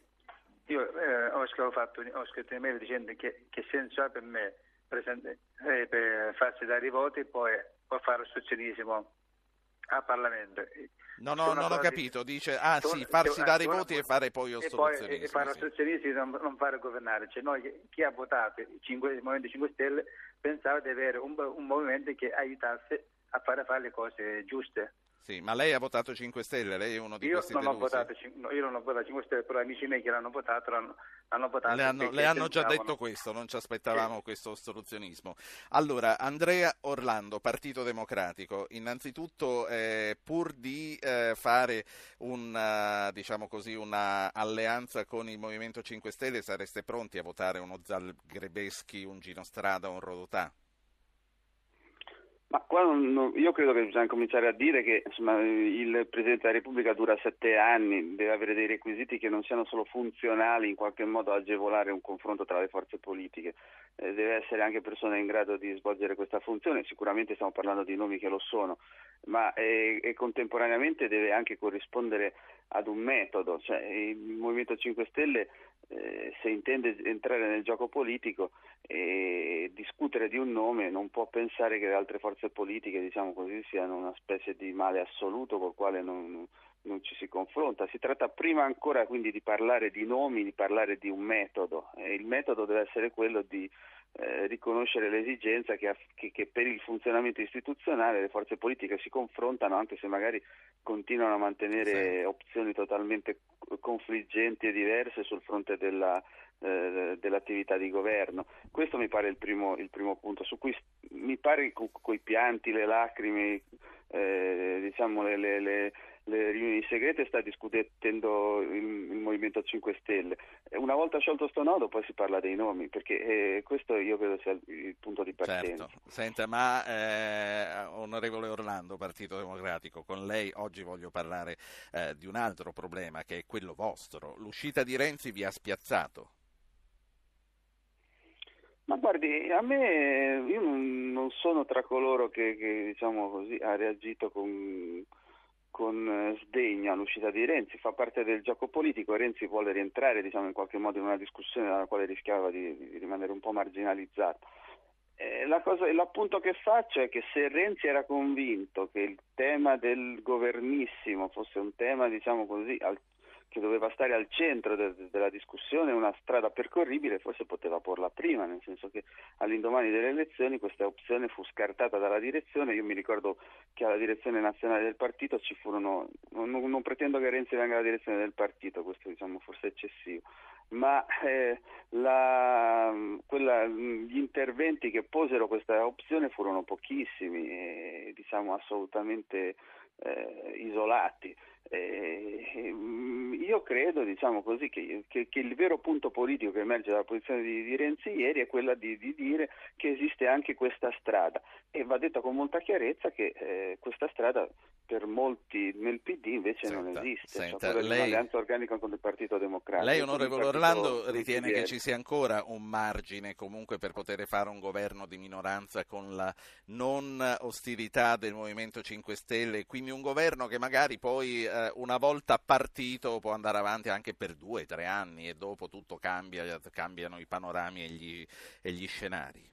Io eh, ho, fatto, ho scritto un'email dicendo che, che senso ha per me presente, eh, per farsi dare i voti e poi può fare ostruzionismo al Parlamento. No, no, non ho capito. Dice, ah sì, farsi ah, dare i voti e fare poi ostruzionismo. E poi e fare ostruzionismo e non, non fare governare. Cioè noi, chi ha votato il, cinque, il Movimento cinque Stelle pensava di avere un, un movimento che aiutasse a fare fare le cose giuste. Sì, ma lei ha votato cinque Stelle, lei è uno di io questi non delusi? Ho votato, no, io non ho votato cinque Stelle, però amici miei che l'hanno votato l'hanno, l'hanno votato. Le hanno, le hanno già detto questo, non ci aspettavamo sì. questo ostruzionismo. Allora, Andrea Orlando, Partito Democratico, innanzitutto eh, pur di eh, fare un, diciamo così, una alleanza con il Movimento cinque Stelle, sareste pronti a votare uno Zagrebelsky, un Gino Strada, un Rodotà? Ma qua non, io credo che bisogna cominciare a dire che insomma, il Presidente della Repubblica dura sette anni, deve avere dei requisiti che non siano solo funzionali, in qualche modo agevolare un confronto tra le forze politiche, eh, deve essere anche persona in grado di svolgere questa funzione. Sicuramente stiamo parlando di nomi che lo sono, ma eh, e contemporaneamente deve anche corrispondere ad un metodo, cioè il Movimento cinque Stelle eh, se intende entrare nel gioco politico e discutere di un nome non può pensare che le altre forze politiche, diciamo così, siano una specie di male assoluto col quale non, non ci si confronta. Si tratta prima ancora quindi di parlare di nomi, di parlare di un metodo, e il metodo deve essere quello di eh, riconoscere l'esigenza che, che, che per il funzionamento istituzionale le forze politiche si confrontano, anche se magari continuano a mantenere sì. opzioni totalmente confliggenti e diverse sul fronte della eh, dell'attività di governo. Questo mi pare il primo, il primo punto su cui mi pare con coi pianti, le lacrime, eh, diciamo le, le, le, le riunioni segrete sta discutendo il, il Movimento cinque Stelle. Una volta sciolto sto nodo poi si parla dei nomi, perché eh, questo io credo sia il, il punto di partenza. Certo. Senta, ma eh, onorevole Orlando, Partito Democratico, con lei oggi voglio parlare eh, di un altro problema che è quello vostro. L'uscita di Renzi vi ha spiazzato? Ma guardi, a me, io non, non sono tra coloro che, che diciamo così, ha reagito con, con sdegno all'uscita di Renzi. Fa parte del gioco politico. Renzi vuole rientrare, diciamo, in qualche modo in una discussione dalla quale rischiava di, di rimanere un po' marginalizzato. Eh, la cosa, l'appunto che faccio è che se Renzi era convinto che il tema del governissimo fosse un tema, diciamo così, al che doveva stare al centro de- della discussione, una strada percorribile, forse poteva porla prima, nel senso che all'indomani delle elezioni questa opzione fu scartata dalla direzione. Io mi ricordo che alla direzione nazionale del partito ci furono, non, non pretendo che Renzi venga alla direzione del partito, questo diciamo forse è eccessivo, ma eh, la, quella, gli interventi che posero questa opzione furono pochissimi e diciamo assolutamente eh, isolati. Eh, io io credo, diciamo così, che, che, che il vero punto politico che emerge dalla posizione di, di Renzi ieri è quella di, di dire che esiste anche questa strada, e va detto con molta chiarezza che eh, questa strada per molti nel P D invece senta, non esiste, senta, cioè quella lei, di un'alleanza organica con il Partito Democratico. Lei, onorevole Orlando, ritiene che che ci sia ancora un margine comunque per poter fare un governo di minoranza con la non ostilità del Movimento cinque Stelle, quindi un governo che magari poi eh, una volta partito può andare avanti anche per due, tre anni e dopo tutto cambia, cambiano i panorami e gli, e gli scenari?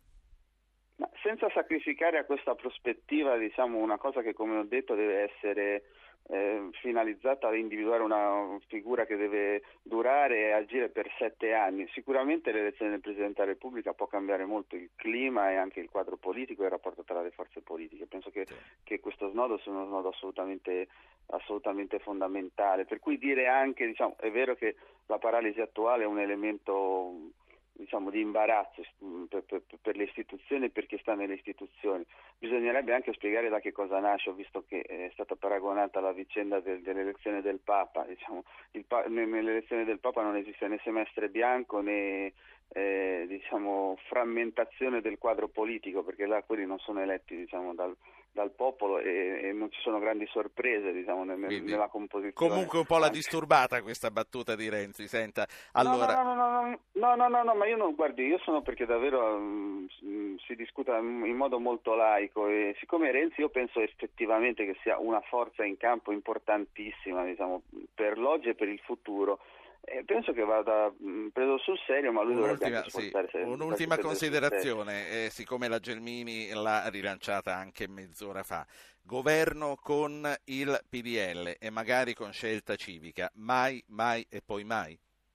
Ma senza sacrificare a questa prospettiva, diciamo, una cosa che, come ho detto, deve essere eh, finalizzata ad individuare una figura che deve durare e agire per sette anni. Sicuramente l'elezione del Presidente della Repubblica può cambiare molto il clima e anche il quadro politico e il rapporto tra le forze politiche. Penso che, che questo snodo sia uno snodo assolutamente, assolutamente fondamentale. Per cui dire anche, diciamo, è vero che la paralisi attuale è un elemento, diciamo, di imbarazzo per, per, per le istituzioni e per chi sta nelle istituzioni. Bisognerebbe anche spiegare da che cosa nasce. Ho visto che è stata paragonata la vicenda del, dell'elezione del Papa. Diciamo, il, nell'elezione del Papa non esiste né semestre bianco né eh, diciamo, frammentazione del quadro politico, perché là quelli non sono eletti, diciamo, dal, dal popolo e, e non ci sono grandi sorprese, diciamo, nel, Quindi, nella composizione. Comunque un po' l'ha disturbata questa battuta di Renzi. Senta, allora... No, no, no, no, no, no, no, no, ma io non, guardi, io sono perché davvero um, si discuta in modo molto laico, e siccome Renzi, io penso effettivamente che sia una forza in campo importantissima, diciamo, per l'oggi e per il futuro. Eh, penso che vada mh, preso sul serio, ma lui dovrebbe anche sì, un'ultima considerazione, eh, siccome la Gelmini l'ha rilanciata anche mezz'ora fa: governo con il P D L e magari con Scelta Civica, mai, mai e poi mai?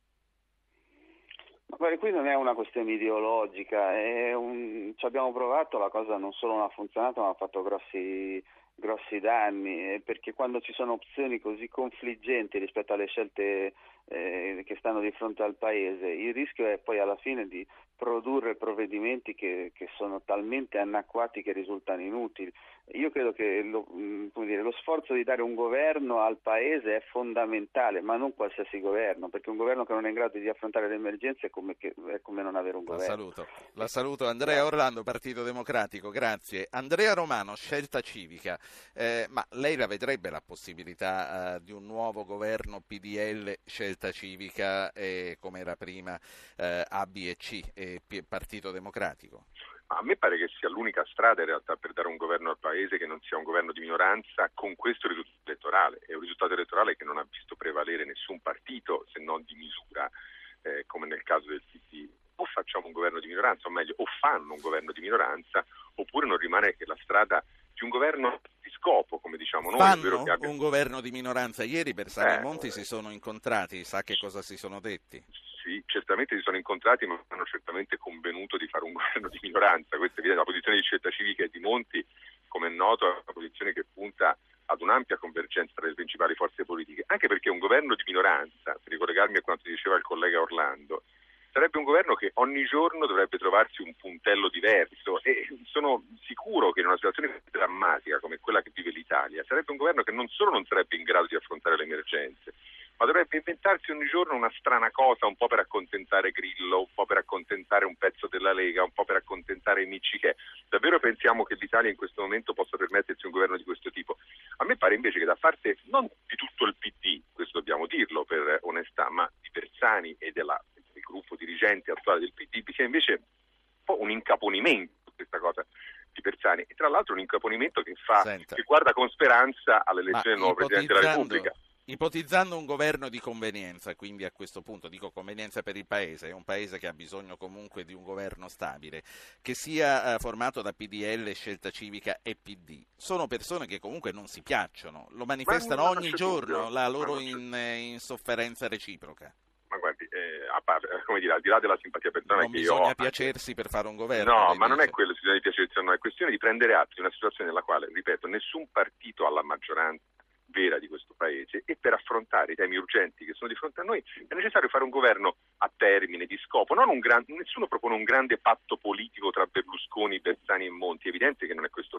Ma guarda, qui non è una questione ideologica, è un... ci abbiamo provato, la cosa non solo non ha funzionato, ma ha fatto grossi grossi danni, perché quando ci sono opzioni così confliggenti rispetto alle scelte eh, che stanno di fronte al Paese, il rischio è poi alla fine di produrre provvedimenti che, che sono talmente anacquati che risultano inutili. Io credo che lo, come dire, lo sforzo di dare un governo al Paese è fondamentale, ma non qualsiasi governo, perché un governo che non è in grado di affrontare le emergenze è come, che, è come non avere un La governo. saluto. La saluto. Andrea Orlando, Partito Democratico, grazie. Andrea Romano, Scelta Civica, eh, ma lei la vedrebbe la possibilità eh, di un nuovo governo P D L, Scelta Civica, eh, come era prima eh, A, B e C, e Partito Democratico? A me pare che sia l'unica strada in realtà per dare un governo al Paese che non sia un governo di minoranza con questo risultato elettorale. È un risultato elettorale che non ha visto prevalere nessun partito se non di misura, eh, come nel caso del P D. O facciamo un governo di minoranza, o meglio, o fanno un governo di minoranza, oppure non rimane che la strada di un governo di scopo, come diciamo noi. Fanno Vero che abbia... un governo di minoranza. Ieri Bersani eh, e Monti si sono incontrati, sa che cosa si sono detti? Sì, certamente si sono incontrati, ma hanno certamente convenuto di fare un governo di minoranza. Questa è evidente. La posizione di Scelta Civica e di Monti, come è noto, è una posizione che punta ad un'ampia convergenza tra le principali forze politiche, anche perché un governo di minoranza, per ricollegarmi a quanto diceva il collega Orlando, sarebbe un governo che ogni giorno dovrebbe trovarsi un puntello diverso, e sono sicuro che in una situazione drammatica come quella che vive l'Italia sarebbe un governo che non solo non sarebbe in grado di affrontare le emergenze, ma dovrebbe inventarsi ogni giorno una strana cosa, un po' per accontentare Grillo, un po' per accontentare un pezzo della Lega, un po' per accontentare i Miccichè. Davvero pensiamo che l'Italia in questo momento possa permettersi un governo di questo tipo? A me pare invece che da parte non di tutto il P D, questo dobbiamo dirlo per onestà, ma di Bersani e della gruppo dirigente attuale del P D, c'è invece un po' un incaponimento su questa cosa di Bersani, e tra l'altro un incaponimento che fa Senta. che guarda con speranza all'elezione del nuovo Presidente della Repubblica. Ipotizzando un governo di convenienza, quindi a questo punto dico convenienza per il Paese, è un Paese che ha bisogno comunque di un governo stabile, che sia eh, formato da P D L, Scelta Civica e P D. Sono persone che comunque non si piacciono, lo manifestano Ma ogni giorno, dubbio. la loro in, in sofferenza reciproca. Ma guardi, eh, a parte, come dire, al di là della simpatia personale Non che io ho... bisogna piacersi per fare un governo. No, lei ma non dice. è quello, bisogna piacersi, no, è questione di prendere atto di una situazione nella quale, ripeto, nessun partito ha la maggioranza vera di questo Paese, e per affrontare i temi urgenti che sono di fronte a noi è necessario fare un governo a termine, di scopo. Non un gran, nessuno propone un grande patto politico tra Berlusconi, Bersani e Monti, è evidente che non è questo il punto.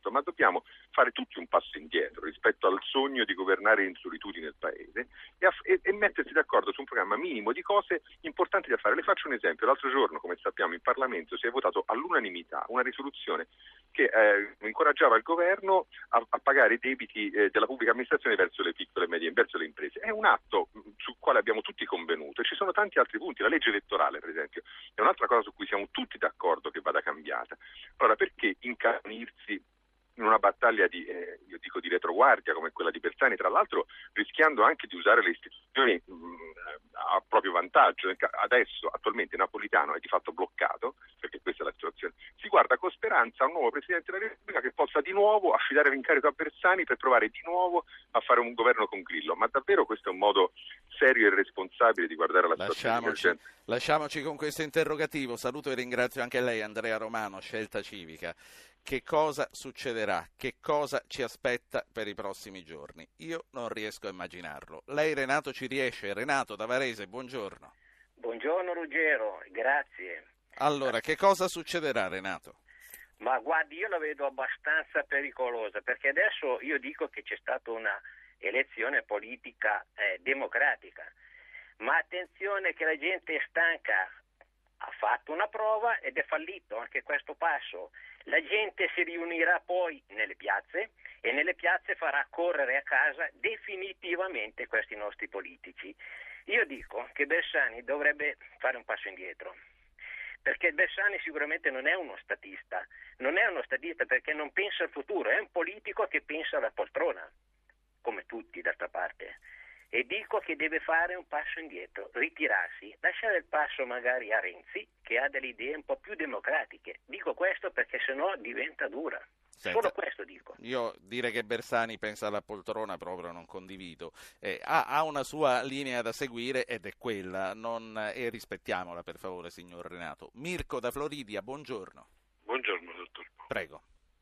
certo, ma dobbiamo fare tutti un passo indietro rispetto al sogno di governare in solitudine il Paese e, aff- e-, e mettersi d'accordo su un programma minimo di cose importanti da fare. Le faccio un esempio. L'altro giorno, come sappiamo, in Parlamento si è votato all'unanimità una risoluzione che eh, incoraggiava il governo a, a pagare i debiti eh, della pubblica amministrazione verso le piccole e medie, verso le imprese. È un atto mh, sul quale abbiamo tutti convenuto e ci sono tanti altri punti. La legge elettorale, per esempio, è un'altra cosa su cui siamo tutti d'accordo che vada cambiata. Allora, perché incarnirsi in una battaglia di, eh, io dico di retroguardia come quella di Bersani, tra l'altro rischiando anche di usare le istituzioni mh, a proprio vantaggio? Adesso, attualmente, Napolitano è di fatto bloccato, perché questa è la situazione. Si guarda con speranza a un nuovo Presidente della Repubblica che possa di nuovo affidare l'incarico a Bersani per provare di nuovo a fare un governo con Grillo. Ma davvero questo è un modo serio e responsabile di guardare la situazione? Lasciamoci, lasciamoci con questo interrogativo. Saluto e ringrazio anche lei, Andrea Romano, Scelta Civica. Che cosa succederà? Che cosa ci aspetta per i prossimi giorni? Io non riesco a immaginarlo. Lei, Renato, ci riesce? Renato da Varese, buongiorno. Buongiorno Ruggero, grazie. Allora, che cosa succederà, Renato? Ma guardi, io la vedo abbastanza pericolosa, perché adesso io dico che c'è stata una elezione politica eh, democratica, ma attenzione che la gente è stanca, ha fatto una prova ed è fallito anche questo passo. La gente si riunirà poi nelle piazze e nelle piazze farà correre a casa definitivamente questi nostri politici. Io dico che Bersani dovrebbe fare un passo indietro, perché Bersani sicuramente non è uno statista, non è uno statista perché non pensa al futuro, è un politico che pensa alla poltrona, come tutti d'altra parte. E dico che deve fare un passo indietro, ritirarsi, lasciare il passo magari a Renzi, che ha delle idee un po' più democratiche. Dico questo perché sennò diventa dura. Senta, Solo questo dico. Io dire che Bersani pensa alla poltrona proprio non condivido. Eh, ha, ha una sua linea da seguire ed è quella, non, e rispettiamola per favore, signor Renato. Mirko da Floridia, buongiorno. Buongiorno, dottor Po. Prego.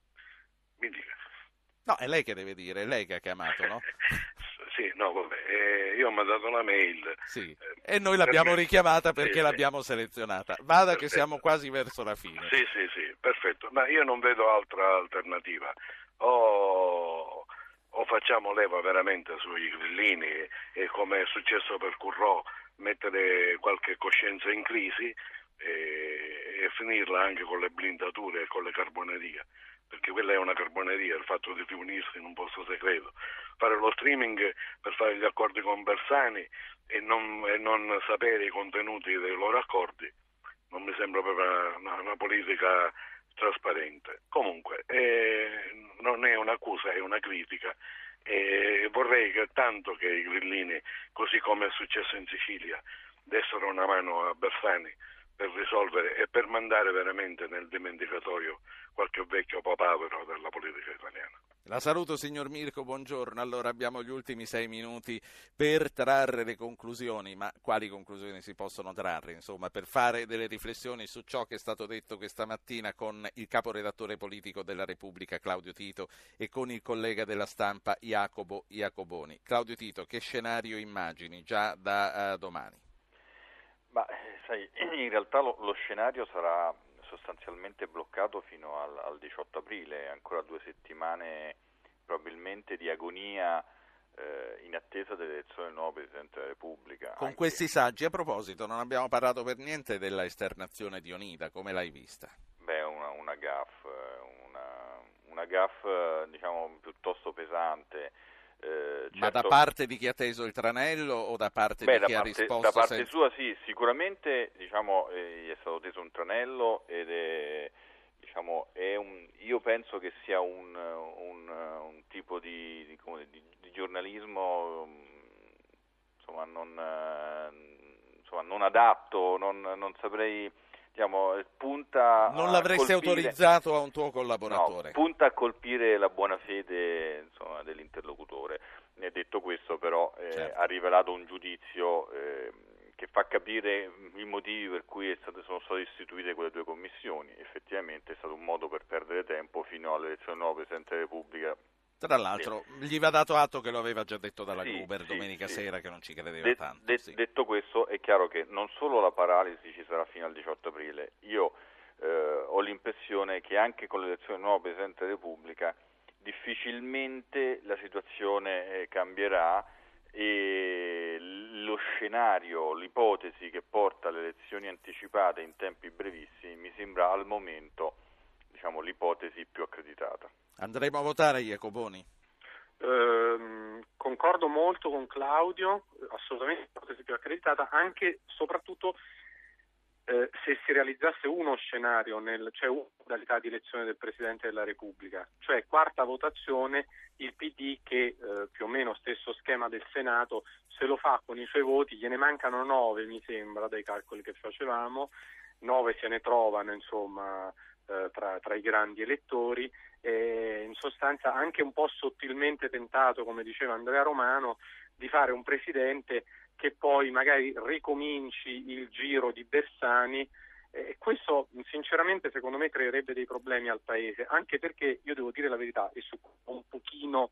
Mi dica. No, è lei che deve dire, è lei che ha chiamato, no? Sì, no, vabbè, eh, io ho mandato una mail. Sì, eh, e noi l'abbiamo perché... richiamata perché sì, l'abbiamo sì. selezionata. Vada Perfetto. Che siamo quasi verso la fine. Sì, sì, sì, perfetto. Ma io non vedo altra alternativa. O, o facciamo leva veramente sui grillini e come è successo per Currò, mettere qualche coscienza in crisi e, e finirla anche con le blindature e con le carbonerie. Perché quella è una carboneria, il fatto di riunirsi in un posto segreto, fare lo streaming per fare gli accordi con Bersani e non, e non sapere i contenuti dei loro accordi, non mi sembra proprio una, una politica trasparente. Comunque, eh, non è un'accusa, è una critica e vorrei che tanto che i grillini, così come è successo in Sicilia, dessero una mano a Bersani per risolvere e per mandare veramente nel dimenticatorio qualche vecchio papavero della politica italiana. La saluto, signor Mirko, buongiorno. Allora abbiamo gli ultimi sei minuti per trarre le conclusioni, ma quali conclusioni si possono trarre? Insomma, per fare delle riflessioni su ciò che è stato detto questa mattina con il caporedattore politico della Repubblica Claudio Tito e con il collega della Stampa Jacopo Iacoboni. Claudio Tito, che scenario immagini già da uh, domani? Ma sai, in realtà lo, lo scenario sarà sostanzialmente bloccato fino al, al diciotto aprile, ancora due settimane probabilmente di agonia eh, in attesa dell'elezione del nuovo Presidente della Repubblica. Con anche... questi saggi, a proposito, non abbiamo parlato per niente della esternazione di Onida, come l'hai vista? Beh, una, una gaffe, una, una gaffe diciamo piuttosto pesante. Eh, certo, ma da parte di chi ha teso il tranello o da parte beh, di chi da ha parte, risposto? Da parte senza... sua sì, sicuramente diciamo eh, è stato teso un tranello ed è, diciamo, è un, io penso che sia un, un, un tipo di, di, come, di, di giornalismo insomma non, insomma, non adatto, non, non saprei... Diciamo, punta non l'avresti a colpire, autorizzato a un tuo collaboratore? No, punta a colpire la buona fede insomma, dell'interlocutore. E detto questo però eh, certo. ha rivelato un giudizio eh, che fa capire i motivi per cui è state, sono state istituite quelle due commissioni. Effettivamente è stato un modo per perdere tempo fino all'elezione del nuovo Presidente della Repubblica. Tra l'altro sì. gli va dato atto che lo aveva già detto dalla sì, Gruber sì, domenica sì. sera che non ci credeva de- tanto. de- sì. Detto questo è chiaro che non solo la paralisi ci sarà fino al diciotto aprile, io eh, ho l'impressione che anche con l'elezione del nuovo Presidente della Repubblica difficilmente la situazione eh, cambierà e lo scenario, l'ipotesi che porta alle elezioni anticipate in tempi brevissimi mi sembra al momento, diciamo, l'ipotesi più accreditata. Andremo a votare, Jacoponi? Eh, concordo molto con Claudio, assolutamente l'ipotesi più accreditata, anche soprattutto eh, se si realizzasse uno scenario, nel, cioè una modalità di elezione del Presidente della Repubblica, cioè quarta votazione, il P D che eh, più o meno stesso schema del Senato, se lo fa con i suoi voti, gliene mancano nove mi sembra dai calcoli che facevamo, nove se ne trovano insomma eh, tra, tra i grandi elettori, e in sostanza anche un po' sottilmente tentato, come diceva Andrea Romano, di fare un presidente che poi magari ricominci il giro di Bersani, e questo sinceramente secondo me creerebbe dei problemi al Paese, anche perché io devo dire la verità e su un pochino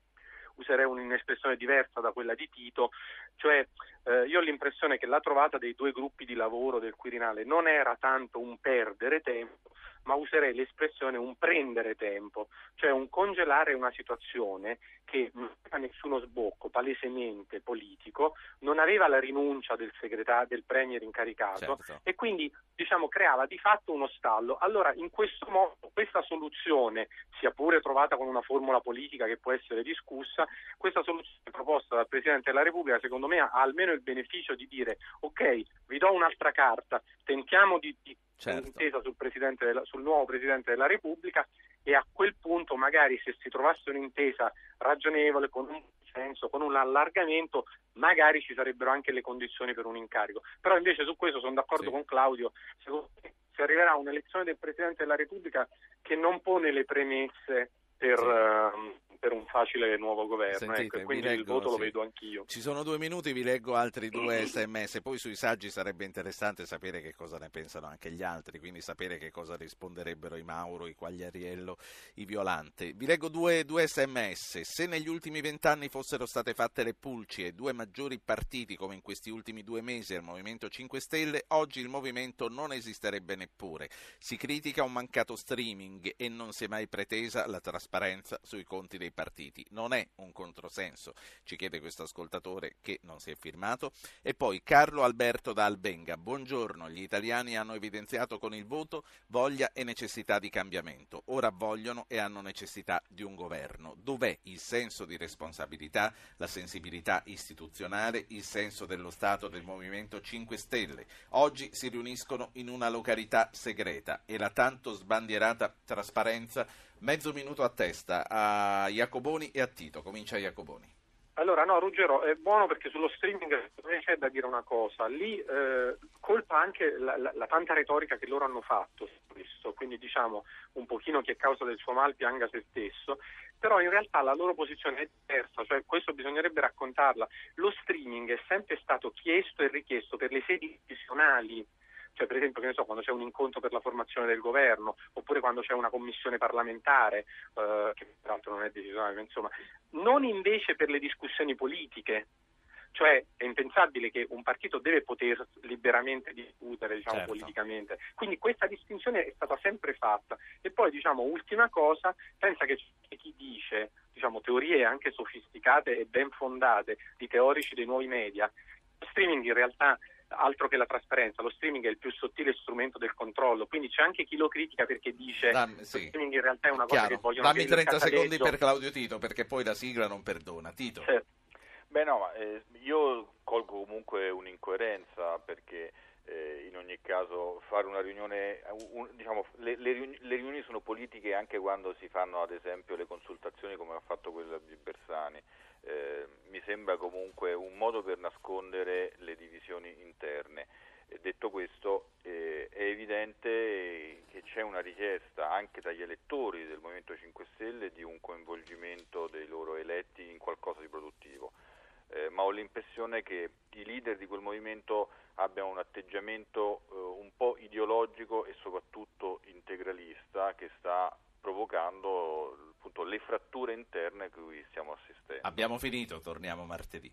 userei un'espressione diversa da quella di Tito, cioè eh, io ho l'impressione che la trovata dei due gruppi di lavoro del Quirinale non era tanto un perdere tempo, ma userei l'espressione un prendere tempo, cioè un congelare una situazione che non aveva nessuno sbocco palesemente politico, non aveva la rinuncia del segretario, del premier incaricato, certo. E quindi diciamo creava di fatto uno stallo. Allora in questo modo questa soluzione, sia pure trovata con una formula politica che può essere discussa, questa soluzione proposta dal Presidente della Repubblica secondo me ha almeno il beneficio di dire ok, vi do un'altra carta, tentiamo di, di certo. un'intesa sul, presidente della, sul nuovo Presidente della Repubblica, e a quel punto magari se si trovasse un'intesa ragionevole, con un senso, con un allargamento, magari ci sarebbero anche le condizioni per un incarico. Però invece su questo sono d'accordo sì. con Claudio, secondo me si arriverà a un'elezione del Presidente della Repubblica che non pone le premesse per, sì. uh, per un facile nuovo governo. Sentite, ecco, quindi leggo, il voto sì. lo vedo anch'io. Ci sono due minuti, vi leggo altri due sms, poi sui saggi sarebbe interessante sapere che cosa ne pensano anche gli altri, quindi sapere che cosa risponderebbero i Mauro, i Quagliariello, i Violante. Vi leggo due, due sms. Se negli ultimi vent'anni fossero state fatte le pulci e due maggiori partiti come in questi ultimi due mesi al Movimento cinque Stelle, oggi il movimento non esisterebbe neppure. Si critica un mancato streaming e non si è mai pretesa la trasparenza sui conti dei partiti. Non è un controsenso, ci chiede questo ascoltatore che non si è firmato. E poi Carlo Alberto da Albenga: buongiorno, gli italiani hanno evidenziato con il voto voglia e necessità di cambiamento, ora vogliono e hanno necessità di un governo. Dov'è il senso di responsabilità, la sensibilità istituzionale, il senso dello Stato del Movimento cinque Stelle? Oggi si riuniscono in una località segreta e la tanto sbandierata trasparenza. Mezzo minuto a testa a Jacoponi e a Tito. Comincia Jacoponi. Allora no, Ruggero, è buono perché sullo streaming c'è da dire una cosa. Lì eh, colpa anche la, la, la tanta retorica che loro hanno fatto su questo, quindi diciamo un pochino chi è causa del suo mal pianga se stesso, però in realtà la loro posizione è diversa, cioè questo bisognerebbe raccontarla. Lo streaming è sempre stato chiesto e richiesto per le sedi decisionali, cioè per esempio che ne so, quando c'è un incontro per la formazione del governo, oppure quando c'è una commissione parlamentare, eh, che peraltro non è decisionale, insomma, non invece per le discussioni politiche. Cioè è impensabile che un partito deve poter liberamente discutere, diciamo, certo. politicamente. Quindi questa distinzione è stata sempre fatta. E poi, diciamo, ultima cosa, pensa che c'è chi dice, diciamo, teorie anche sofisticate e ben fondate di teorici dei nuovi media. Lo streaming in realtà altro che la trasparenza, lo streaming è il più sottile strumento del controllo, quindi c'è anche chi lo critica perché dice Dammi, sì. lo streaming in realtà è una cosa Chiaro. che vogliono Dammi che trenta secondi per Claudio Tito, perché poi la sigla non perdona. Tito. Certo. Beh no, ma eh, io colgo comunque un'incoerenza perché eh, in ogni caso fare una riunione, un, diciamo, le, le, riuni- le riunioni sono politiche anche quando si fanno ad esempio le consultazioni come ha fatto quella di Bersani. Eh, mi sembra comunque un modo per nascondere le divisioni interne. Eh, detto questo, eh, è evidente che c'è una richiesta anche dagli elettori del Movimento cinque Stelle di un coinvolgimento dei loro eletti in qualcosa di produttivo, eh, ma ho l'impressione che i leader di quel movimento abbiano un atteggiamento eh, un po' ideologico e soprattutto integralista che sta provocando appunto le fratture interne a cui stiamo assistendo. Abbiamo finito, torniamo martedì.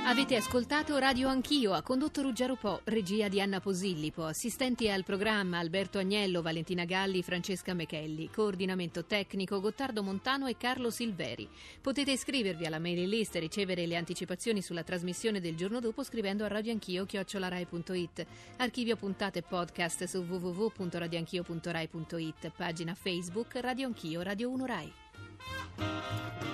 Avete ascoltato Radio Anch'io, ha condotto Ruggero Po, regia di Anna Posillipo, assistenti al programma Alberto Agnello, Valentina Galli, Francesca Mechelli, coordinamento tecnico Gottardo Montano e Carlo Silveri. Potete iscrivervi alla mailing list e ricevere le anticipazioni sulla trasmissione del giorno dopo scrivendo a radioanchio chiocciola rai punto it. Archivio puntate podcast su w w w punto radioanchio punto rai punto it. Pagina Facebook Radio Anch'io, Radio uno Rai.